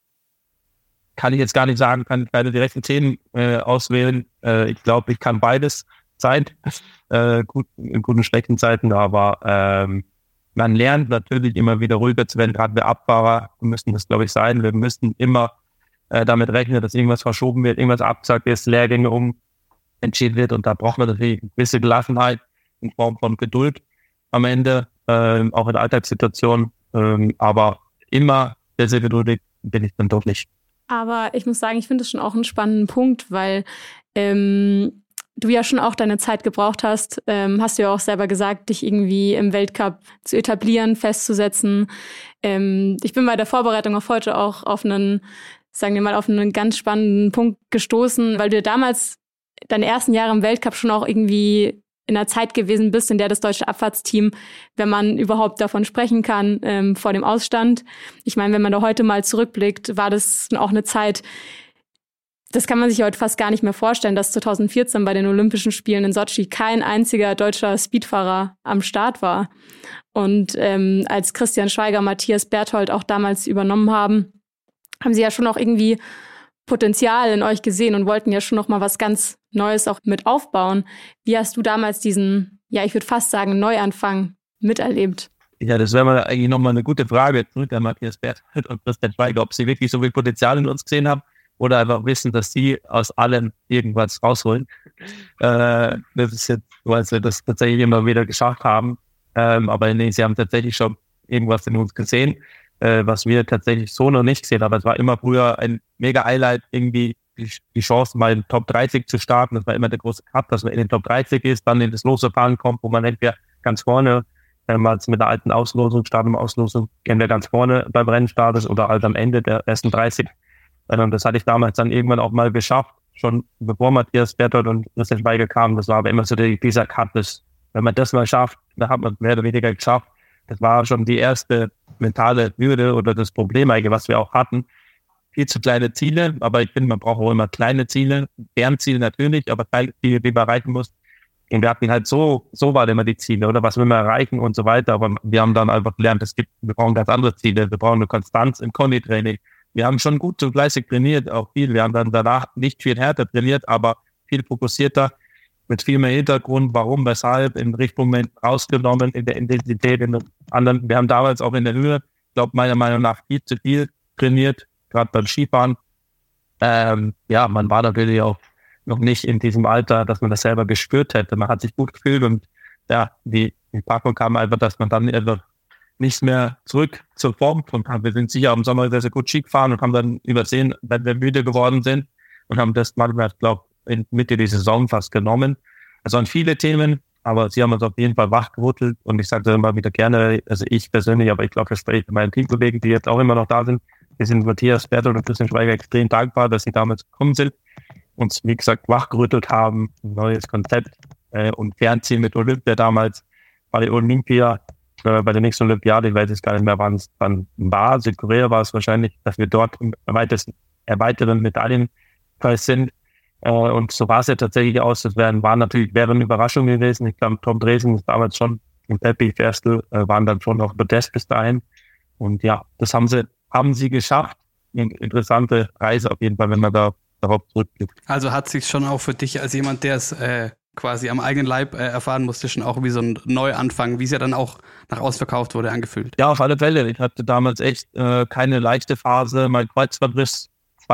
kann ich jetzt gar nicht sagen, kann ich keine direkten Themen auswählen. Ich glaube, ich kann beides sein, in guten und schlechten Zeiten, aber man lernt natürlich immer wieder ruhiger zu werden, gerade wir Abfahrer müssen das, glaube ich, sein. Wir müssen immer damit rechnen, dass irgendwas verschoben wird, irgendwas abgesagt ist, Lehrgänge entschieden wird und da braucht man natürlich eine gewisse Gelassenheit in Form von Geduld am Ende, auch in Alltagssituationen, aber immer sehr, sehr geduldig bin ich dann doch nicht. Aber ich muss sagen, ich finde es schon auch einen spannenden Punkt, weil du ja schon auch deine Zeit gebraucht hast, hast du ja auch selber gesagt, dich irgendwie im Weltcup zu etablieren, festzusetzen. Ich bin bei der Vorbereitung auf heute auch auf einen ganz spannenden Punkt gestoßen, weil du damals deine ersten Jahre im Weltcup schon auch irgendwie in einer Zeit gewesen bist, in der das deutsche Abfahrtsteam, wenn man überhaupt davon sprechen kann, vor dem Ausstand. Ich meine, wenn man da heute mal zurückblickt, war das auch eine Zeit, das kann man sich heute fast gar nicht mehr vorstellen, dass 2014 bei den Olympischen Spielen in Sotschi kein einziger deutscher Speedfahrer am Start war. Und als Christian Schweiger, Matthias Berthold auch damals übernommen haben sie ja schon auch irgendwie Potenzial in euch gesehen und wollten ja schon noch mal was ganz Neues auch mit aufbauen. Wie hast du damals diesen, ich würde fast sagen, Neuanfang miterlebt? Ja, das wäre mal eigentlich nochmal eine gute Frage zurück an Matthias Berthold und Christian Schweiger, ob sie wirklich so viel Potenzial in uns gesehen haben oder einfach wissen, dass sie aus allem irgendwas rausholen. Das ist jetzt, weil sie das tatsächlich immer wieder geschafft haben. Aber nee, sie haben tatsächlich schon irgendwas in uns gesehen, was wir tatsächlich so noch nicht gesehen haben. Es war immer früher ein mega Highlight, irgendwie die Chance, mal in den Top 30 zu starten. Das war immer der große Cut, dass man in den Top 30 ist, dann in das Losverfahren kommt, wo man entweder ganz vorne, mal mit der alten Auslosung, Auslosung, gehen wir ganz vorne beim Rennstart oder halt am Ende der ersten 30. Das hatte ich damals dann irgendwann auch mal geschafft, schon bevor Matthias Berthold und Christian Schweiger kamen. Das war aber immer so dieser Cut, wenn man das mal schafft, dann hat man mehr oder weniger geschafft. Das war schon die erste mentale Hürde oder das Problem eigentlich, was wir auch hatten. Viel zu kleine Ziele, aber ich finde, man braucht auch immer kleine Ziele, Fernziele natürlich, aber kleine Ziele, die man erreichen muss. Und wir hatten halt so waren immer die Ziele, oder was will man erreichen und so weiter. Aber wir haben dann einfach gelernt, wir brauchen ganz andere Ziele. Wir brauchen eine Konstanz im Konditraining. Wir haben schon gut und fleißig trainiert, auch viel. Wir haben dann danach nicht viel härter trainiert, aber viel fokussierter, mit viel mehr Hintergrund, warum, weshalb, im richtigen Moment rausgenommen, in der Intensität, in den anderen. Wir haben damals auch in der Höhe, ich glaube, meiner Meinung nach viel zu viel trainiert, gerade beim Skifahren. Man war natürlich auch noch nicht in diesem Alter, dass man das selber gespürt hätte. Man hat sich gut gefühlt und die Packung kam einfach, dass man dann einfach nicht mehr zurück zur Form gefunden hat. Wir sind sicher im Sommer sehr, sehr gut Ski gefahren und haben dann übersehen, wenn wir müde geworden sind und haben das manchmal, glaube ich, in Mitte der Saison fast genommen. Also an viele Themen, aber sie haben uns auf jeden Fall wachgerüttelt und ich sage das immer wieder gerne, also ich persönlich, aber ich glaube, das spreche ich mit meinen Teamkollegen, die jetzt auch immer noch da sind. Wir sind Matthias Berthold und Christian Schweiger extrem dankbar, dass sie damals gekommen sind, uns, wie gesagt, wachgerüttelt haben, ein neues Konzept und Fernziel mit Olympia damals bei der bei der nächsten Olympiade, ich weiß jetzt gar nicht mehr, wann es dann war, Südkorea war es wahrscheinlich, dass wir dort im weiteren Medaillenpreis sind. Und so war es ja tatsächlich aus. Das wäre eine Überraschung gewesen. Ich glaube, Tom Dresen ist damals schon im Peppy-Ferstel, waren dann schon auf Podest bis dahin. Und ja, das haben sie geschafft. Eine interessante Reise auf jeden Fall, wenn man darauf zurückblickt. Also hat sich schon auch für dich als jemand, der es quasi am eigenen Leib erfahren musste, schon auch wie so ein Neuanfang, wie es ja dann auch nach außen verkauft wurde, angefühlt? Ja, auf alle Fälle. Ich hatte damals echt keine leichte Phase. Mein Kreuzbandriss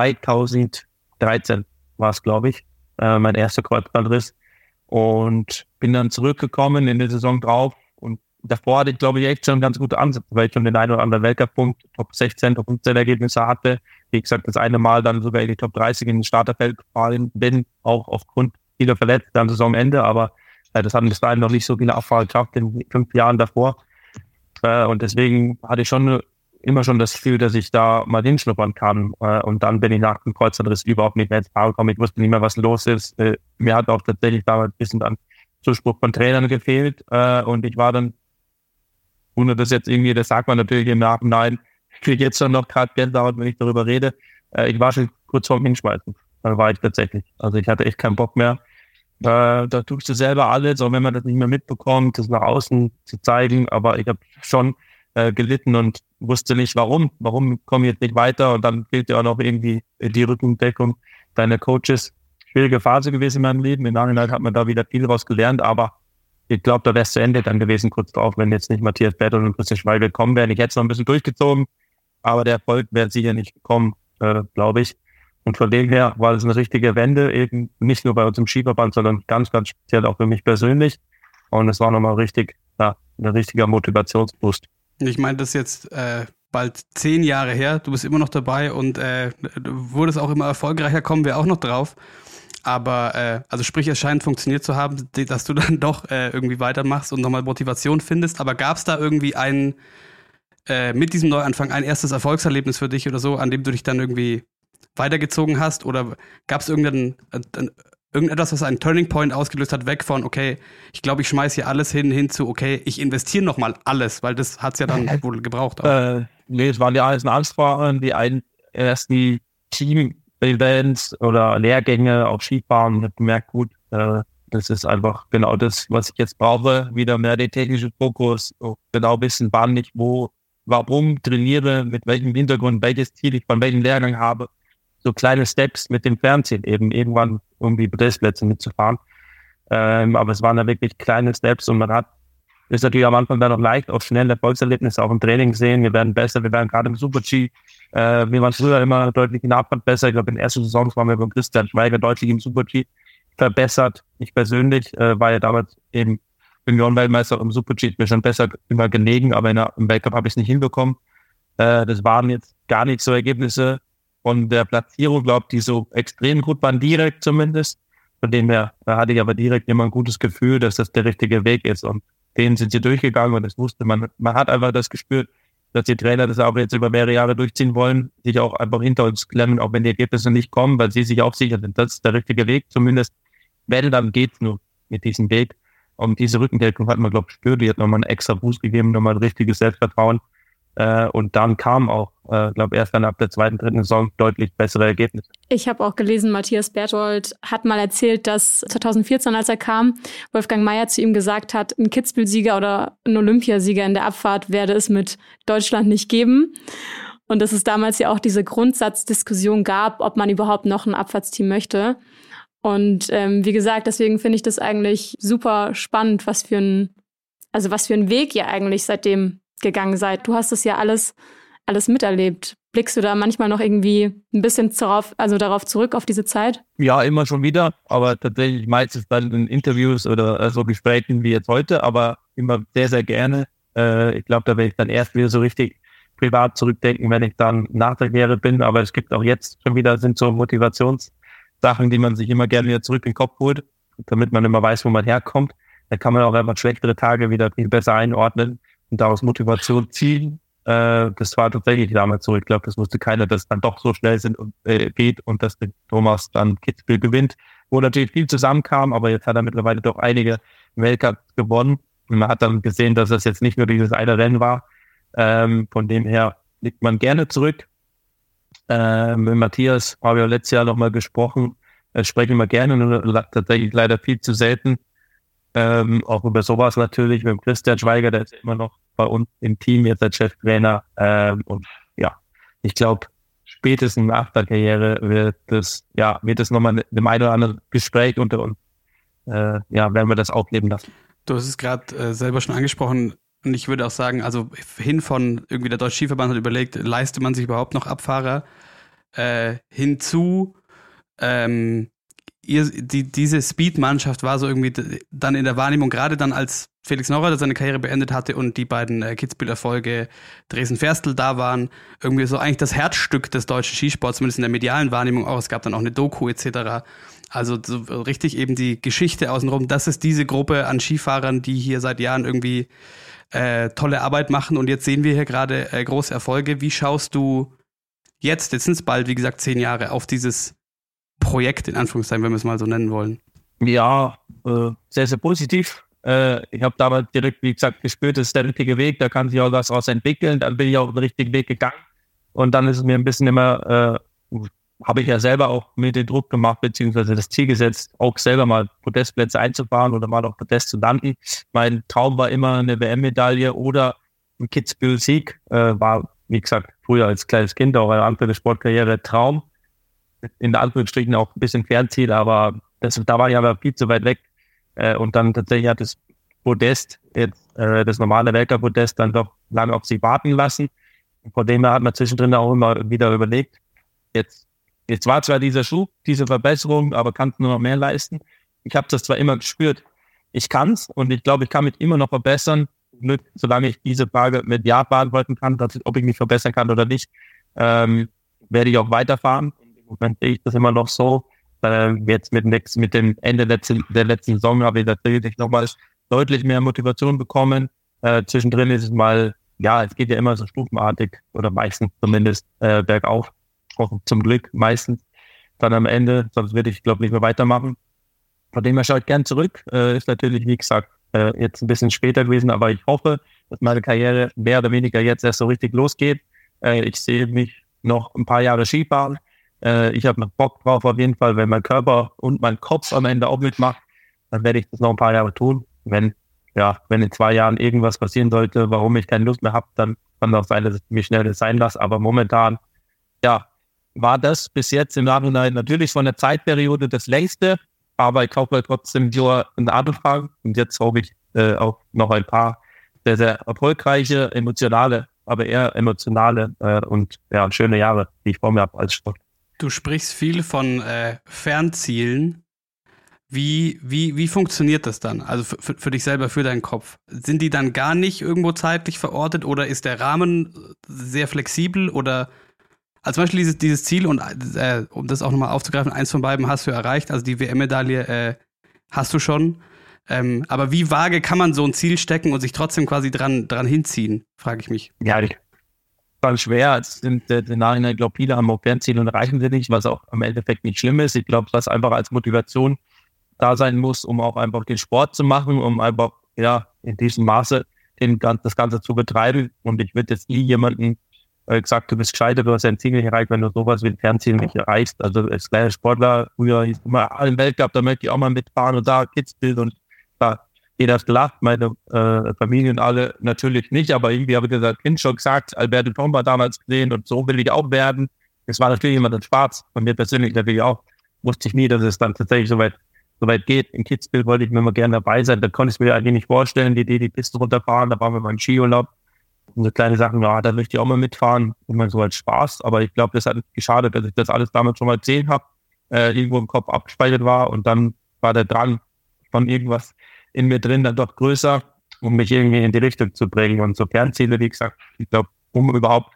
2013 war es, glaube ich, mein erster Kreuzbandriss. Und bin dann zurückgekommen in der Saison drauf. Und davor hatte ich, glaube ich, echt schon ganz gute Ansätze, weil ich schon den einen oder anderen Weltcup-Punkt, Top 16, Top 15 Ergebnisse hatte. Wie gesagt, das eine Mal dann sogar in die Top 30 in den Starterfeld gefallen bin, auch aufgrund vieler Verletzten am Saisonende. Aber das hatten bis dahin noch nicht so viele Abfahrer geschafft in den 5 Jahren davor. Und deswegen hatte ich immer schon das Gefühl, dass ich da mal hinschnuppern kann. Und dann bin ich nach dem Kreuzbandriss überhaupt nicht mehr ins Fahren gekommen. Ich wusste nicht mehr, was los ist. Mir hat auch tatsächlich damals ein bisschen dann Zuspruch von Trainern gefehlt. Und ich war dann, ohne das jetzt irgendwie, das sagt man natürlich im Nachhinein, ich kriege jetzt schon noch gerade Gänsehaut, wenn ich darüber rede. Ich war schon kurz vorm Hinschmeißen. Dann war ich tatsächlich. Also ich hatte echt keinen Bock mehr. Da tust du selber alles, auch wenn man das nicht mehr mitbekommt, das nach außen zu zeigen. Aber ich habe schon gelitten und wusste nicht, warum komme ich jetzt nicht weiter. Und dann fehlt ja auch noch irgendwie die Rückendeckung deiner Coaches. Schwierige Phase gewesen in meinem Leben. Im Nachhinein hat man da wieder viel raus gelernt, aber ich glaube, da wäre es zu Ende dann gewesen, kurz drauf, wenn jetzt nicht Matthias Berthold und Christian Schweigel gekommen wären. Ich hätte es noch ein bisschen durchgezogen, aber der Erfolg wäre sicher nicht gekommen, glaube ich. Und von dem her war es eine richtige Wende, eben nicht nur bei uns im Skiverband, sondern ganz, ganz speziell auch für mich persönlich. Und es war nochmal ein richtiger Motivationsboost. Ich meine, das ist jetzt bald 10 Jahre her. Du bist immer noch dabei und du wurdest auch immer erfolgreicher, kommen wir auch noch drauf. Aber, also sprich, es scheint funktioniert zu haben, dass du dann doch irgendwie weitermachst und nochmal Motivation findest. Aber gab es da irgendwie mit diesem Neuanfang ein erstes Erfolgserlebnis für dich oder so, an dem du dich dann irgendwie weitergezogen hast? Oder gab es irgendetwas, was einen Turning Point ausgelöst hat, weg von, okay, ich glaube, ich schmeiß hier alles hin zu, okay, ich investiere nochmal alles, weil das hat es ja dann wohl gebraucht auch. Nee, es waren die ersten Anfragen, die ersten Team-Events oder Lehrgänge auf Skifahren. Ich habe gemerkt, gut, das ist einfach genau das, was ich jetzt brauche. Wieder mehr den technischen Fokus, genau wissen, wann ich warum trainiere, mit welchem Hintergrund, welches Ziel ich von welchem Lehrgang habe. So kleine Steps mit dem Fernziel, eben irgendwann irgendwie Podestplätze mitzufahren. Aber es waren da wirklich kleine Steps und ist natürlich am Anfang dann noch leicht, auch schnell Erfolgserlebnisse auch im Training sehen. Wir werden besser, wir werden gerade im Super-G. Wir waren früher immer deutlich in der Abfahrt besser. Ich glaube, in den ersten Saisons waren wir beim Christian Schweiger deutlich im Super-G verbessert. Ich persönlich war ja damals eben Junioren-Weltmeister im Super-G, ist mir schon besser immer gelegen, aber im Weltcup habe ich es nicht hinbekommen. Das waren jetzt gar nicht so Ergebnisse von der Platzierung, glaube ich, die so extrem gut waren, direkt zumindest. Von dem her hatte ich aber direkt immer ein gutes Gefühl, dass das der richtige Weg ist. Und denen sind sie durchgegangen und das wusste man. Man hat einfach das gespürt, dass die Trainer das auch jetzt über mehrere Jahre durchziehen wollen, sich auch einfach hinter uns klemmen, auch wenn die Ergebnisse nicht kommen, weil sie sich auch sicher sind, das ist der richtige Weg. Zumindest, wenn, dann geht's nur mit diesem Weg. Und diese Rückendeckung hat man, glaube ich, gespürt. Die hat nochmal einen extra Boost gegeben, nochmal ein richtiges Selbstvertrauen. Und dann kam auch, glaube erst dann ab der 2., 3. Saison deutlich bessere Ergebnisse. Ich habe auch gelesen, Matthias Berthold hat mal erzählt, dass 2014, als er kam, Wolfgang Mayer zu ihm gesagt hat, ein Kitzbühel-Sieger oder ein Olympiasieger in der Abfahrt werde es mit Deutschland nicht geben. Und dass es damals ja auch diese Grundsatzdiskussion gab, ob man überhaupt noch ein Abfahrtsteam möchte. Und wie gesagt, deswegen finde ich das eigentlich super spannend, was für ein Weg ihr eigentlich seitdem gegangen seid. Du hast das ja alles miterlebt. Blickst du da manchmal noch irgendwie ein bisschen darauf zurück, auf diese Zeit? Ja, immer schon wieder, aber tatsächlich meistens dann in Interviews oder so Gesprächen wie jetzt heute, aber immer sehr, sehr gerne. Ich glaube, da werde ich dann erst wieder so richtig privat zurückdenken, wenn ich dann nach der Karriere bin, aber es gibt auch jetzt schon wieder, sind so Motivationssachen, die man sich immer gerne wieder zurück in den Kopf holt, damit man immer weiß, wo man herkommt. Da kann man auch einfach schlechtere Tage wieder viel besser einordnen und daraus Motivation ziehen. Das war tatsächlich damals so. Ich glaube, das wusste keiner, dass es dann doch so schnell geht und dass der Thomas dann Kitzbühel gewinnt, wo natürlich viel zusammenkam, aber jetzt hat er mittlerweile doch einige Weltcups gewonnen. Und man hat dann gesehen, dass es jetzt nicht nur dieses eine Rennen war. Von dem her liegt man gerne zurück. Mit Matthias habe ich ja letztes Jahr nochmal gesprochen. Sprechen wir gerne, nur tatsächlich leider viel zu selten. Auch über sowas natürlich, mit Christian Schweiger, der ist immer noch bei uns im Team, jetzt als Cheftrainer. Und ja, ich glaube, spätestens nach der Karriere wird das nochmal dem einen oder anderen Gespräch unter uns, werden wir das aufleben lassen. Du hast es gerade selber schon angesprochen und ich würde auch sagen, also hin von irgendwie der Deutsche Skiverband hat überlegt, leistet man sich überhaupt noch Abfahrer, hinzu diese Speed-Mannschaft war so irgendwie dann in der Wahrnehmung, gerade dann als Felix Neurath seine Karriere beendet hatte und die beiden Kitzbühel-Erfolge Dresden-Ferstel da waren, irgendwie so eigentlich das Herzstück des deutschen Skisports, zumindest in der medialen Wahrnehmung auch. Es gab dann auch eine Doku etc. Also so richtig eben die Geschichte außenrum. Das ist diese Gruppe an Skifahrern, die hier seit Jahren irgendwie tolle Arbeit machen und jetzt sehen wir hier gerade große Erfolge. Wie schaust du jetzt sind es bald, wie gesagt, 10 Jahre, auf dieses Projekt, in Anführungszeichen, wenn wir es mal so nennen wollen? Ja, sehr, sehr positiv. Ich habe damals direkt, wie gesagt, gespürt, das ist der richtige Weg, da kann sich auch was daraus entwickeln. Dann bin ich auf den richtigen Weg gegangen. Und dann ist es mir ein bisschen immer, habe ich ja selber auch mir den Druck gemacht, beziehungsweise das Ziel gesetzt, auch selber mal Podestplätze einzufahren oder mal auf Podest zu landen. Mein Traum war immer eine WM-Medaille oder ein Kitzbühel-Sieg. War, wie gesagt, früher als kleines Kind auch eine andere Sportkarriere Traum. In der Anführungsstrichen auch ein bisschen Fernziel, aber da war ich aber viel zu weit weg. Und dann tatsächlich hat das Podest, das normale Weltcup-Podest, dann doch lange auf sich warten lassen. Von dem her hat man zwischendrin auch immer wieder überlegt, jetzt war zwar dieser Schub, diese Verbesserung, aber kannst du nur noch mehr leisten? Ich habe das zwar immer gespürt, ich kann's und ich glaube, ich kann mich immer noch verbessern, solange ich diese Frage mit Ja beantworten kann, ob ich mich verbessern kann oder nicht, werde ich auch weiterfahren. Im Moment sehe ich das immer noch so. Jetzt mit dem Ende der letzten Saison habe ich natürlich nochmal deutlich mehr Motivation bekommen. Zwischendrin ist es mal, es geht ja immer so stufenartig oder meistens zumindest bergauf. Auch zum Glück meistens. Dann am Ende, sonst würde ich, glaube ich, nicht mehr weitermachen. Von dem her schaue ich gern zurück. Ist natürlich, wie gesagt, jetzt ein bisschen später gewesen, aber ich hoffe, dass meine Karriere mehr oder weniger jetzt erst so richtig losgeht. Ich sehe mich noch ein paar Jahre Skifahren. Ich habe noch Bock drauf auf jeden Fall, wenn mein Körper und mein Kopf am Ende auch mitmacht, dann werde ich das noch ein paar Jahre tun. Wenn in 2 Jahren irgendwas passieren sollte, warum ich keine Lust mehr habe, dann kann es auch sein, dass ich mich schnell sein lasse. Aber momentan, war das bis jetzt im Nachhinein natürlich von der Zeitperiode das längste, aber ich hoffe trotzdem nur einen Anfang. Und jetzt hoffe ich auch noch ein paar sehr, sehr erfolgreiche, aber eher emotionale und schöne Jahre, die ich vor mir habe als Sport. Du sprichst viel von Fernzielen. Wie funktioniert das dann? Also für dich selber, für deinen Kopf. Sind die dann gar nicht irgendwo zeitlich verortet oder ist der Rahmen sehr flexibel oder also zum Beispiel dieses Ziel und um das auch nochmal aufzugreifen, eins von beiden hast du erreicht, also die WM-Medaille hast du schon. Aber wie vage kann man so ein Ziel stecken und sich trotzdem quasi dran hinziehen, frage ich mich. Ja, war schwer. Es sind Nachhinein, ich glaube, viele haben auch Fernziele und erreichen sie nicht, was auch im Endeffekt nicht schlimm ist. Ich glaube, was einfach als Motivation da sein muss, um auch einfach den Sport zu machen, um einfach in diesem Maße das Ganze zu betreiben. Und ich würde jetzt nie jemanden gesagt, du bist gescheitert, du hast dein Ziel nicht erreicht, wenn du sowas wie ein Fernziel nicht erreichst. Also als kleiner Sportler, früher hieß es immer, im Weltcup, da möchte ich auch mal mitfahren und da Kitzbühel und da jeder hat gelacht, meine Familie und alle natürlich nicht, aber irgendwie habe ich das als Kind schon gesagt, Alberto Tomba damals gesehen und so will ich auch werden. Es war natürlich immer das Spaß, von mir persönlich natürlich auch. Wusste ich nie, dass es dann tatsächlich so weit geht. In Kitzbühel wollte ich mir mal gerne dabei sein, da konnte ich mir eigentlich nicht vorstellen, die Piste runterfahren, da waren wir mal im Skiurlaub. Und so kleine Sachen, da möchte ich auch mal mitfahren, immer so als Spaß. Aber ich glaube, das hat nicht geschadet, dass ich das alles damals schon mal gesehen habe, irgendwo im Kopf abgespeichert war und dann war der Drang von irgendwas in mir drin dann doch größer, um mich irgendwie in die Richtung zu bringen. Und so Fernziele, wie gesagt, ich glaube, um überhaupt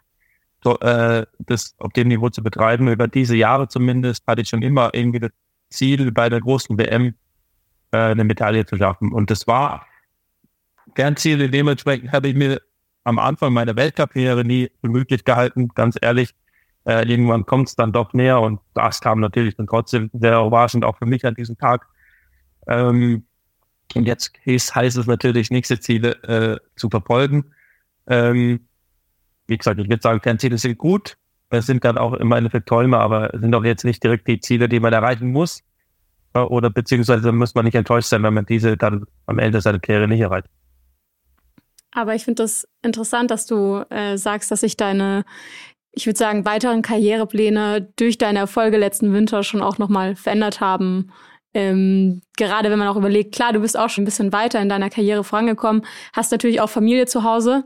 das auf dem Niveau zu betreiben, über diese Jahre zumindest, hatte ich schon immer irgendwie das Ziel, bei der großen WM eine Medaille zu schaffen. Und das war Fernziele, dementsprechend habe ich mir am Anfang meiner Weltcup-Karriere nie für möglich gehalten, ganz ehrlich. Irgendwann kommt es dann doch näher und das kam natürlich dann trotzdem sehr überraschend auch für mich an diesem Tag. Und jetzt heißt es natürlich, nächste Ziele zu verfolgen. Wie gesagt, ich würde sagen, Fernziele sind gut. Es sind dann auch im Endeffekt Träume, aber es sind auch jetzt nicht direkt die Ziele, die man erreichen muss. Oder beziehungsweise muss man nicht enttäuscht sein, wenn man diese dann am Ende seiner Karriere nicht erreicht. Aber ich finde das interessant, dass du sagst, dass sich deine, ich würde sagen, weiteren Karrierepläne durch deine Erfolge letzten Winter schon auch nochmal verändert haben. Gerade wenn man auch überlegt, klar, du bist auch schon ein bisschen weiter in deiner Karriere vorangekommen, hast natürlich auch Familie zu Hause.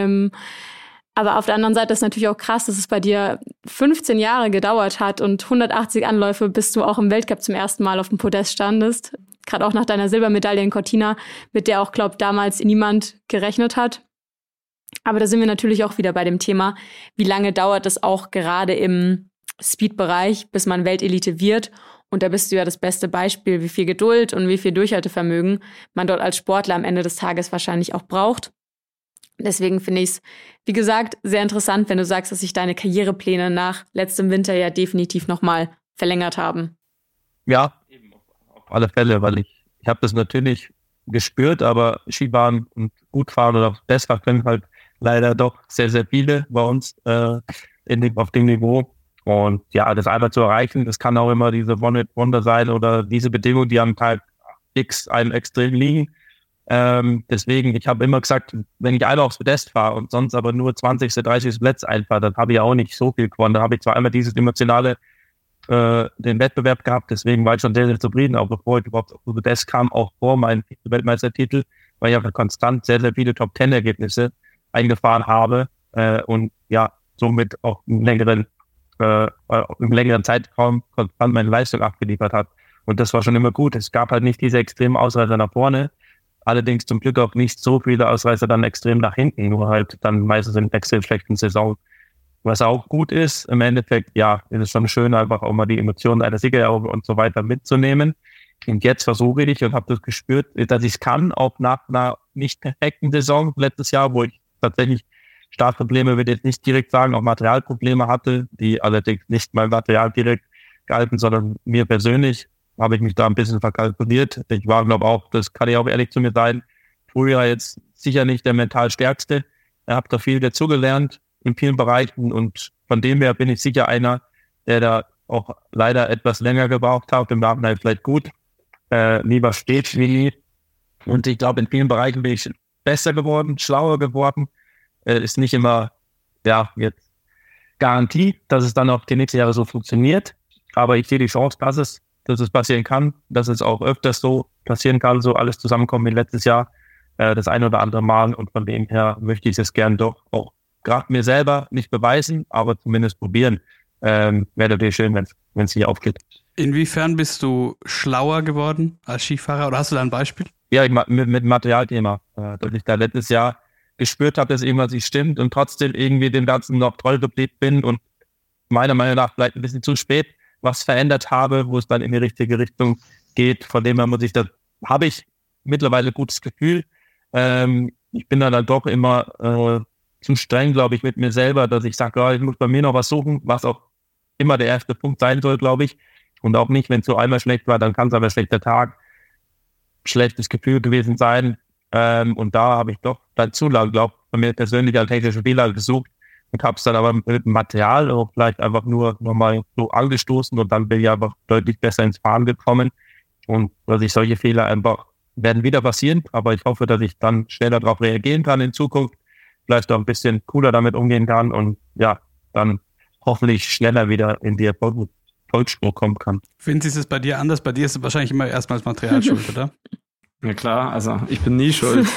Aber auf der anderen Seite ist natürlich auch krass, dass es bei dir 15 Jahre gedauert hat und 180 Anläufe, bis du auch im Weltcup zum ersten Mal auf dem Podest standest. Gerade auch nach deiner Silbermedaille in Cortina, mit der auch, glaube ich, damals niemand gerechnet hat. Aber da sind wir natürlich auch wieder bei dem Thema, wie lange dauert es auch gerade im Speed-Bereich, bis man Weltelite wird. Und da bist du ja das beste Beispiel, wie viel Geduld und wie viel Durchhaltevermögen man dort als Sportler am Ende des Tages wahrscheinlich auch braucht. Deswegen finde ich es, wie gesagt, sehr interessant, wenn du sagst, dass sich deine Karrierepläne nach letztem Winter ja definitiv nochmal verlängert haben. Ja, auf alle Fälle, weil ich habe das natürlich gespürt, aber Skifahren und gut fahren oder besser können halt leider doch sehr, sehr viele bei uns auf dem Niveau. Und ja, das einmal zu erreichen, das kann auch immer diese One-Hit-Wonder sein oder diese Bedingungen, die am Tag X einem extrem liegen. Deswegen, ich habe immer gesagt, wenn ich einmal aufs Podest fahre und sonst aber nur 20., 30. Plätze einfahre, dann habe ich auch nicht so viel gewonnen. Da habe ich zwar einmal dieses emotionale, den Wettbewerb gehabt, deswegen war ich schon sehr, sehr zufrieden, auch bevor ich überhaupt auf Podest kam, auch vor meinem Weltmeistertitel, weil ich einfach konstant sehr, sehr viele Top-10-Ergebnisse eingefahren habe und ja, somit auch im längeren Zeitraum konstant meine Leistung abgeliefert hat. Und das war schon immer gut. Es gab halt nicht diese extremen Ausreißer nach vorne, allerdings zum Glück auch nicht so viele Ausreißer dann extrem nach hinten, nur halt dann meistens in extrem schlechten Saison. Was auch gut ist, im Endeffekt, ja, ist es schon schön, einfach auch mal die Emotionen einer Siegerehrung und so weiter mitzunehmen. Und jetzt versuche ich und habe das gespürt, dass ich es kann, auch nach einer nicht perfekten Saison letztes Jahr, wo ich tatsächlich Startprobleme, würde ich jetzt nicht direkt sagen, auch Materialprobleme hatte, die allerdings nicht mein Material direkt gehalten, sondern mir persönlich habe ich mich da ein bisschen verkalkuliert. Ich war, glaube auch, das kann ich auch ehrlich zu mir sein, früher jetzt sicher nicht der mental Stärkste. Ich habe da viel dazugelernt in vielen Bereichen und von dem her bin ich sicher einer, der da auch leider etwas länger gebraucht hat, im Nachhinein vielleicht gut, lieber spät wie nie. Und ich glaube, in vielen Bereichen bin ich besser geworden, schlauer geworden. Ist nicht immer, ja, jetzt Garantie, dass es dann auch die nächsten Jahre so funktioniert. Aber ich sehe die Chance, dass es passieren kann, dass es auch öfters so passieren kann, so alles zusammenkommen wie letztes Jahr, das ein oder andere Mal. Und von dem her möchte ich es gern doch auch gerade mir selber nicht beweisen, aber zumindest probieren. Wäre natürlich schön, wenn es hier aufgeht. Inwiefern bist du schlauer geworden als Skifahrer oder hast du da ein Beispiel? Ja, mit Materialthema. Dass ich da letztes Jahr gespürt habe, dass irgendwas nicht stimmt und trotzdem irgendwie dem Ganzen noch treu geblieben bin und meiner Meinung nach vielleicht ein bisschen zu spät was verändert habe, wo es dann in die richtige Richtung geht. Von dem her habe ich mittlerweile ein gutes Gefühl. Ich bin dann doch immer zu streng, glaube ich, mit mir selber, dass ich sage, ja, ich muss bei mir noch was suchen, was auch immer der erste Punkt sein soll, glaube ich. Und auch nicht, wenn es so einmal schlecht war, dann kann es aber ein schlechter Tag, schlechtes Gefühl gewesen sein. Und da habe ich doch dazu, glaube ich, bei mir persönlich als technische Fehler gesucht und habe es dann aber mit dem Material auch vielleicht einfach nur nochmal so angestoßen und dann bin ich einfach deutlich besser ins Fahren gekommen. Und dass ich solche Fehler einfach werden wieder passieren, aber ich hoffe, dass ich dann schneller darauf reagieren kann in Zukunft, vielleicht auch ein bisschen cooler damit umgehen kann und ja, dann hoffentlich schneller wieder in die Erfolgsspur kommen kann. Vinzi, ist es bei dir anders? Bei dir ist es wahrscheinlich immer erstmal das Material schuld, oder? Ja klar, also ich bin nie schuld.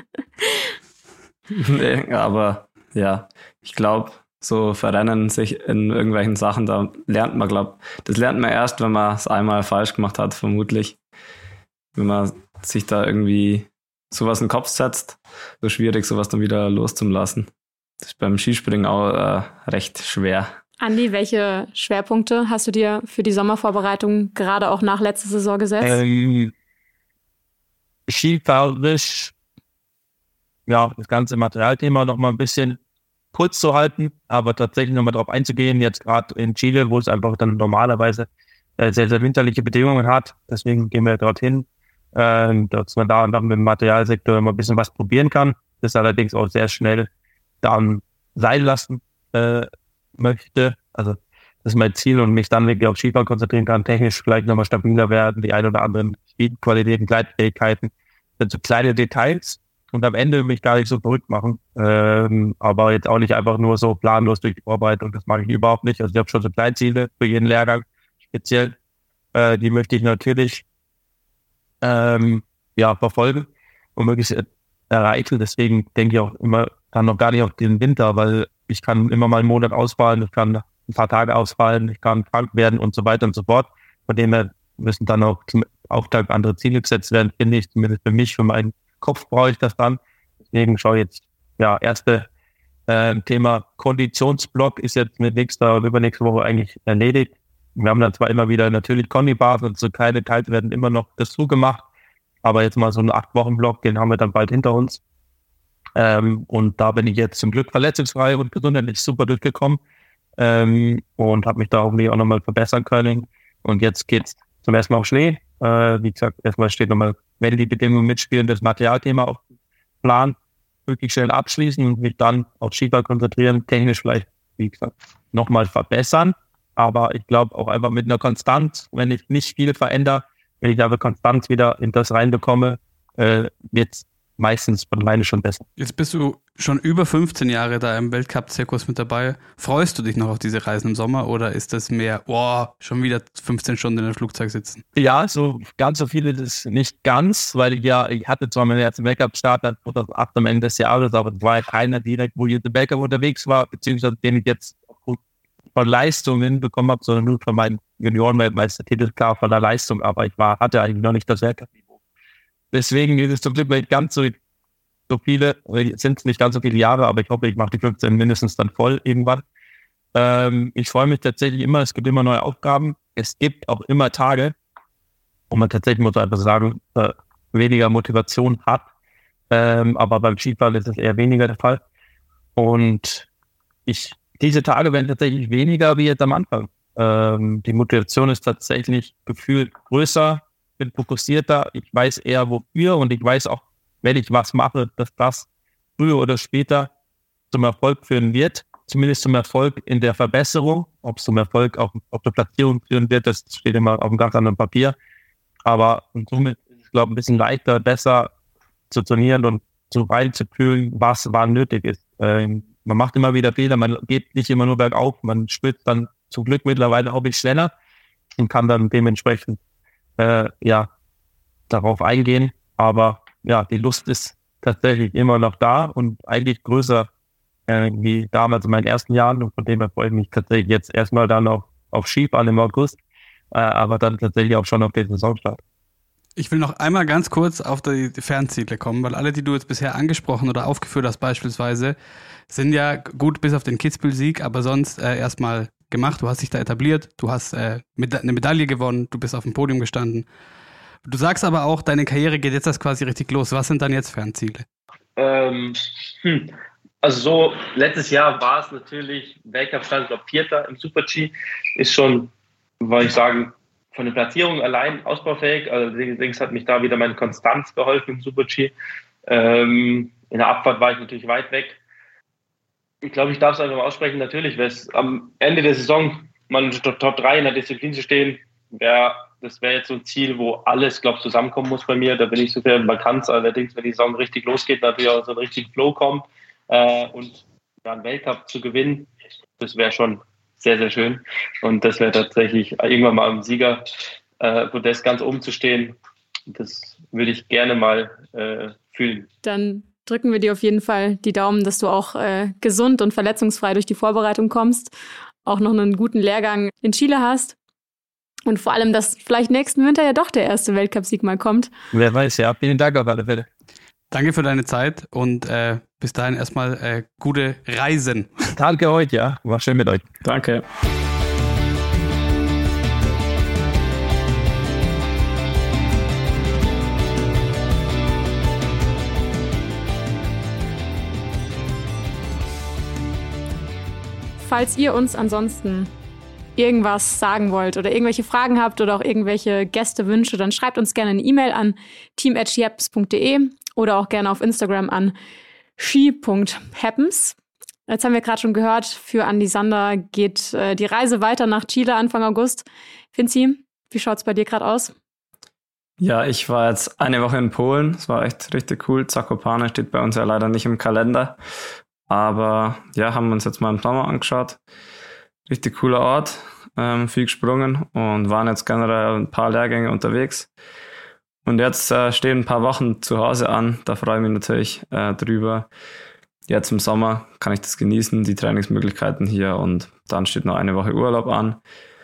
Nee, aber ja, ich glaube, so verrennen sich in irgendwelchen Sachen, da lernt man, das lernt man erst, wenn man es einmal falsch gemacht hat, vermutlich. Wenn man sich da irgendwie sowas in den Kopf setzt, so schwierig, sowas dann wieder loszulassen. Das ist beim Skispringen auch recht schwer. Andi, welche Schwerpunkte hast du dir für die Sommervorbereitung gerade auch nach letzter Saison gesetzt? Skifahrerisch das ganze Materialthema noch mal ein bisschen kurz zu halten, aber tatsächlich nochmal darauf einzugehen, jetzt gerade in Chile, wo es einfach dann normalerweise sehr, sehr winterliche Bedingungen hat. Deswegen gehen wir dorthin, dass man da dann mit dem Materialsektor immer ein bisschen was probieren kann. Das allerdings auch sehr schnell dann sein lassen möchte. Also das ist mein Ziel und mich dann wirklich auf Skifahren konzentrieren kann, technisch vielleicht nochmal stabiler werden, die ein oder anderen Speedqualitäten, Gleitfähigkeiten, sind so kleine Details und am Ende mich gar nicht so verrückt machen. Aber jetzt auch nicht einfach nur so planlos durch die Vorbereitung, das mache ich überhaupt nicht. Also ich habe schon so Kleinziele für jeden Lehrgang, speziell. Die möchte ich natürlich verfolgen und möglichst erreichen. Deswegen denke ich auch immer dann noch gar nicht auf den Winter, weil ich kann immer mal einen Monat ausfallen, ich kann ein paar Tage ausfallen, ich kann krank werden und so weiter und so fort. Von dem her müssen dann auch zum Auftakt andere Ziele gesetzt werden, finde ich, zumindest für mich, für meinen Kopf brauche ich das dann. Deswegen schaue ich jetzt, erste Thema Konditionsblock ist jetzt mit nächster und übernächste Woche eigentlich erledigt. Wir haben dann zwar immer wieder natürlich Conny-Bars und so kleine Teile werden immer noch dazu gemacht, aber jetzt mal so einen 8-Wochen-Block, den haben wir dann bald hinter uns. Und da bin ich jetzt zum Glück verletzungsfrei und gesundheitlich super durchgekommen und habe mich da hoffentlich auch nochmal verbessern können. Und jetzt geht's zum ersten Mal auf Schnee. Wie gesagt, erstmal steht nochmal, wenn die Bedingungen mitspielen, das Materialthema auf dem Plan wirklich schnell abschließen und mich dann auf Skifahren konzentrieren, technisch vielleicht, wie gesagt, nochmal verbessern. Aber ich glaube auch einfach mit einer Konstanz, wenn ich nicht viel verändere, wenn ich aber konstant wieder in das reinbekomme, wird meistens von alleine schon besser. Jetzt bist du schon über 15 Jahre da im Weltcup-Zirkus mit dabei. Freust du dich noch auf diese Reisen im Sommer oder ist das mehr, schon wieder 15 Stunden in einem Flugzeug sitzen? Ja, so ganz so viele das nicht ganz, weil ich hatte zwar meinen ersten Weltcup-Start 2008 am Ende des Jahres, aber es war keiner direkt, wo ich im Weltcup unterwegs war, beziehungsweise den ich jetzt aufgrund von Leistungen bekommen habe, sondern nur von meinem Junioren-Weltmeistertitel, klar von der Leistung, aber hatte eigentlich noch nicht das Weltcup-Niveau. Deswegen ist es zum Glück nicht ganz so viele, sind es nicht ganz so viele Jahre, aber ich hoffe, ich mache die 15 mindestens dann voll irgendwann. Ich freue mich tatsächlich immer, es gibt immer neue Aufgaben, es gibt auch immer Tage, wo man tatsächlich, muss man einfach sagen, weniger Motivation hat, aber beim Skifahren ist es eher weniger der Fall. Und diese Tage werden tatsächlich weniger wie jetzt am Anfang. Die Motivation ist tatsächlich gefühlt größer, bin fokussierter, ich weiß eher wofür und ich weiß auch, wenn ich was mache, dass das früher oder später zum Erfolg führen wird, zumindest zum Erfolg in der Verbesserung. Ob es zum Erfolg auf der Platzierung führen wird, das steht immer auf einem ganz anderen Papier. Aber und somit ist es, glaube ich, ein bisschen leichter, besser zu trainieren und so reinzufühlen, was wann nötig ist. Man macht immer wieder Fehler, man geht nicht immer nur bergauf, man spürt dann zum Glück mittlerweile auch nicht schneller und kann dann dementsprechend darauf eingehen. Aber die Lust ist tatsächlich immer noch da und eigentlich größer wie damals in meinen ersten Jahren. Und von dem her freue ich mich tatsächlich jetzt erstmal dann auf Skifahren im August, aber dann tatsächlich auch schon auf den Saisonstart. Ich will noch einmal ganz kurz auf die Fernziele kommen, weil alle, die du jetzt bisher angesprochen oder aufgeführt hast beispielsweise, sind ja gut bis auf den Kitzbühel-Sieg, aber sonst erstmal gemacht. Du hast dich da etabliert, du hast eine Medaille gewonnen, du bist auf dem Podium gestanden. Du sagst aber auch, deine Karriere geht jetzt erst quasi richtig los. Was sind dann jetzt Fernziele? Also so, letztes Jahr war es natürlich, Weltcup-Stand, glaube Vierter im Super-G, ist schon, wollte ich sagen, von der Platzierung allein ausbaufähig. Allerdings hat mich da wieder meine Konstanz geholfen im Super-G. In der Abfahrt war ich natürlich weit weg. Ich glaube, ich darf es einfach mal aussprechen, natürlich, wäre es am Ende der Saison mal in der Top 3 in der Disziplin zu stehen, das wäre jetzt so ein Ziel, wo alles, glaube ich, zusammenkommen muss bei mir. Da bin ich so viel bekannt. Allerdings, wenn die Saison richtig losgeht, natürlich auch so ein richtiger Flow kommt und einen Weltcup zu gewinnen, das wäre schon sehr, sehr schön. Und das wäre tatsächlich irgendwann mal am Siegerpodest ganz oben zu stehen. Das würde ich gerne mal fühlen. Dann drücken wir dir auf jeden Fall die Daumen, dass du auch gesund und verletzungsfrei durch die Vorbereitung kommst, auch noch einen guten Lehrgang in Chile hast. Und vor allem, dass vielleicht nächsten Winter ja doch der erste Weltcup-Sieg mal kommt. Wer weiß, ja. Vielen Dank auf alle Fälle. Danke für deine Zeit und bis dahin erstmal gute Reisen. Danke euch, ja. War schön mit euch. Danke. falls ihr uns ansonsten irgendwas sagen wollt oder irgendwelche Fragen habt oder auch irgendwelche Gästewünsche, dann schreibt uns gerne eine E-Mail an team@skihappens.de oder auch gerne auf Instagram an ski.happens. Jetzt haben wir gerade schon gehört, für Andi Sander geht die Reise weiter nach Chile Anfang August. Vinzi, wie schaut's bei dir gerade aus? Ja, ich war jetzt eine Woche in Polen. Es war echt richtig cool. Zakopane steht bei uns ja leider nicht im Kalender. Aber ja, haben wir uns jetzt mal im Sommer angeschaut. Richtig cooler Ort, viel gesprungen und waren jetzt generell ein paar Lehrgänge unterwegs. Und jetzt stehen ein paar Wochen zu Hause an. Da freue ich mich natürlich drüber. Jetzt im Sommer kann ich das genießen, die Trainingsmöglichkeiten hier. Und dann steht noch eine Woche Urlaub an.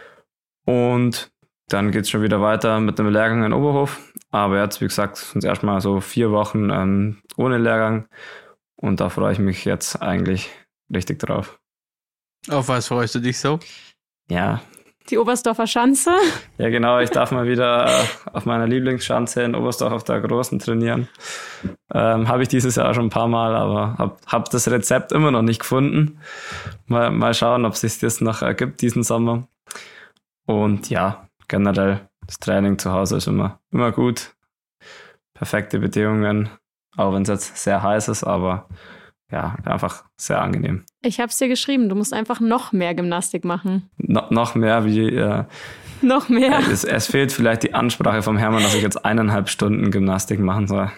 Und dann geht's schon wieder weiter mit dem Lehrgang in Oberhof. Aber jetzt, wie gesagt, sind es erstmal so 4 Wochen ohne Lehrgang. Und da freue ich mich jetzt eigentlich richtig drauf. Auf was freust du dich so? Ja. Die Oberstdorfer Schanze. Ja, genau. Ich darf mal wieder auf meiner Lieblingsschanze in Oberstdorf auf der Großen trainieren. Habe ich dieses Jahr schon ein paar Mal, aber hab das Rezept immer noch nicht gefunden. Mal schauen, ob sich das noch ergibt diesen Sommer. Und ja, generell das Training zu Hause ist immer gut. Perfekte Bedingungen, auch wenn es jetzt sehr heiß ist, aber ja, einfach sehr angenehm. Ich habe es dir geschrieben, du musst einfach noch mehr Gymnastik machen. Noch mehr wie... noch mehr? Es fehlt vielleicht die Ansprache vom Hermann, dass ich jetzt 1,5 Stunden Gymnastik machen soll.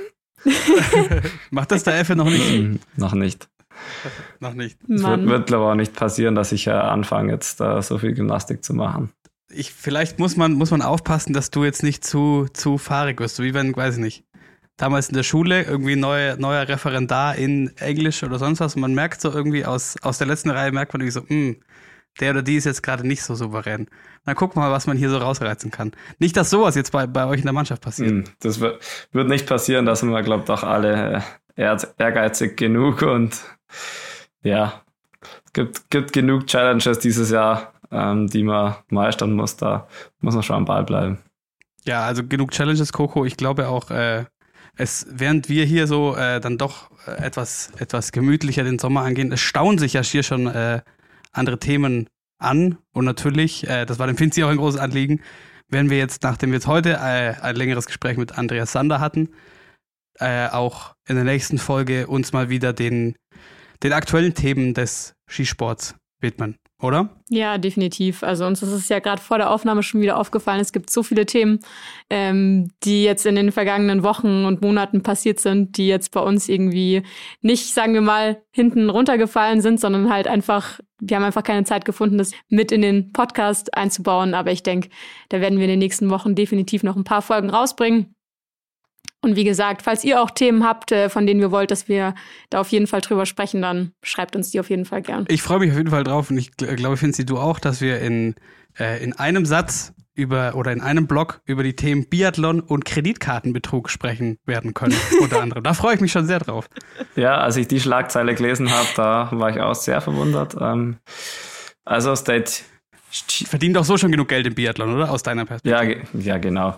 Macht das der Effe noch nicht? Noch nicht. Noch nicht. Es wird glaube ich auch nicht passieren, dass ich anfange, jetzt so viel Gymnastik zu machen. Vielleicht muss man aufpassen, dass du jetzt nicht zu fahrig wirst. Wie wenn, weiß ich nicht, damals in der Schule irgendwie neuer Referendar in Englisch oder sonst was. Und man merkt so irgendwie aus der letzten Reihe, merkt man irgendwie so, der oder die ist jetzt gerade nicht so souverän. Dann gucken wir mal, was man hier so rausreizen kann. Nicht, dass sowas jetzt bei euch in der Mannschaft passiert. Das wird nicht passieren, da sind wir, glaube ich, doch alle ehrgeizig genug. Und ja, es gibt genug Challenges dieses Jahr, die man meistern muss. Da muss man schon am Ball bleiben. Ja, also genug Challenges, Coco. Ich glaube auch, während wir hier so dann doch etwas gemütlicher den Sommer angehen, es stauen sich ja hier schon andere Themen an. Und natürlich, das war dem Vinzi auch ein großes Anliegen, werden wir jetzt, nachdem wir jetzt heute ein längeres Gespräch mit Andreas Sander hatten, auch in der nächsten Folge uns mal wieder den aktuellen Themen des Skisports widmen. Oder? Ja, definitiv. Also uns ist es ja gerade vor der Aufnahme schon wieder aufgefallen. Es gibt so viele Themen, die jetzt in den vergangenen Wochen und Monaten passiert sind, die jetzt bei uns irgendwie nicht, sagen wir mal, hinten runtergefallen sind, sondern halt einfach, wir haben einfach keine Zeit gefunden, das mit in den Podcast einzubauen. Aber ich denke, da werden wir in den nächsten Wochen definitiv noch ein paar Folgen rausbringen. Und wie gesagt, falls ihr auch Themen habt, von denen ihr wollt, dass wir da auf jeden Fall drüber sprechen, dann schreibt uns die auf jeden Fall gern. Ich freue mich auf jeden Fall drauf und ich glaube, Finzi, du auch, dass wir in einem Satz in einem Blog über die Themen Biathlon und Kreditkartenbetrug sprechen werden können, unter anderem. Da freue ich mich schon sehr drauf. Ja, als ich die Schlagzeile gelesen habe, da war ich auch sehr verwundert. Also verdient doch so schon genug Geld im Biathlon, oder? Aus deiner Perspektive. Ja, genau.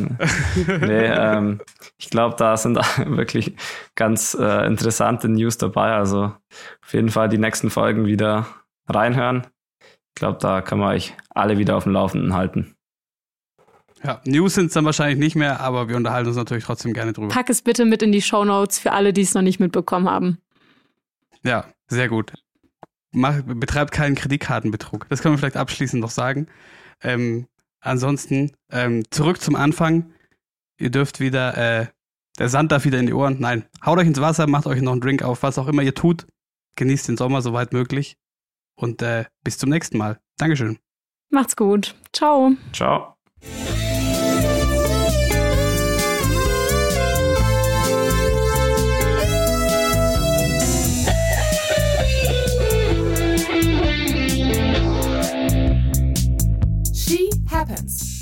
Ich glaube, da sind wirklich ganz interessante News dabei. Also auf jeden Fall die nächsten Folgen wieder reinhören. Ich glaube, da können wir euch alle wieder auf dem Laufenden halten. Ja, News sind es dann wahrscheinlich nicht mehr, aber wir unterhalten uns natürlich trotzdem gerne drüber. Pack es bitte mit in die Shownotes für alle, die es noch nicht mitbekommen haben. Ja, sehr gut. Betreibt keinen Kreditkartenbetrug. Das können wir vielleicht abschließend noch sagen. Ansonsten, zurück zum Anfang. Ihr dürft wieder, der Sand darf wieder in die Ohren. Nein, haut euch ins Wasser, macht euch noch einen Drink auf, was auch immer ihr tut. Genießt den Sommer soweit möglich. Und bis zum nächsten Mal. Dankeschön. Macht's gut. Ciao. Ciao. She Happens.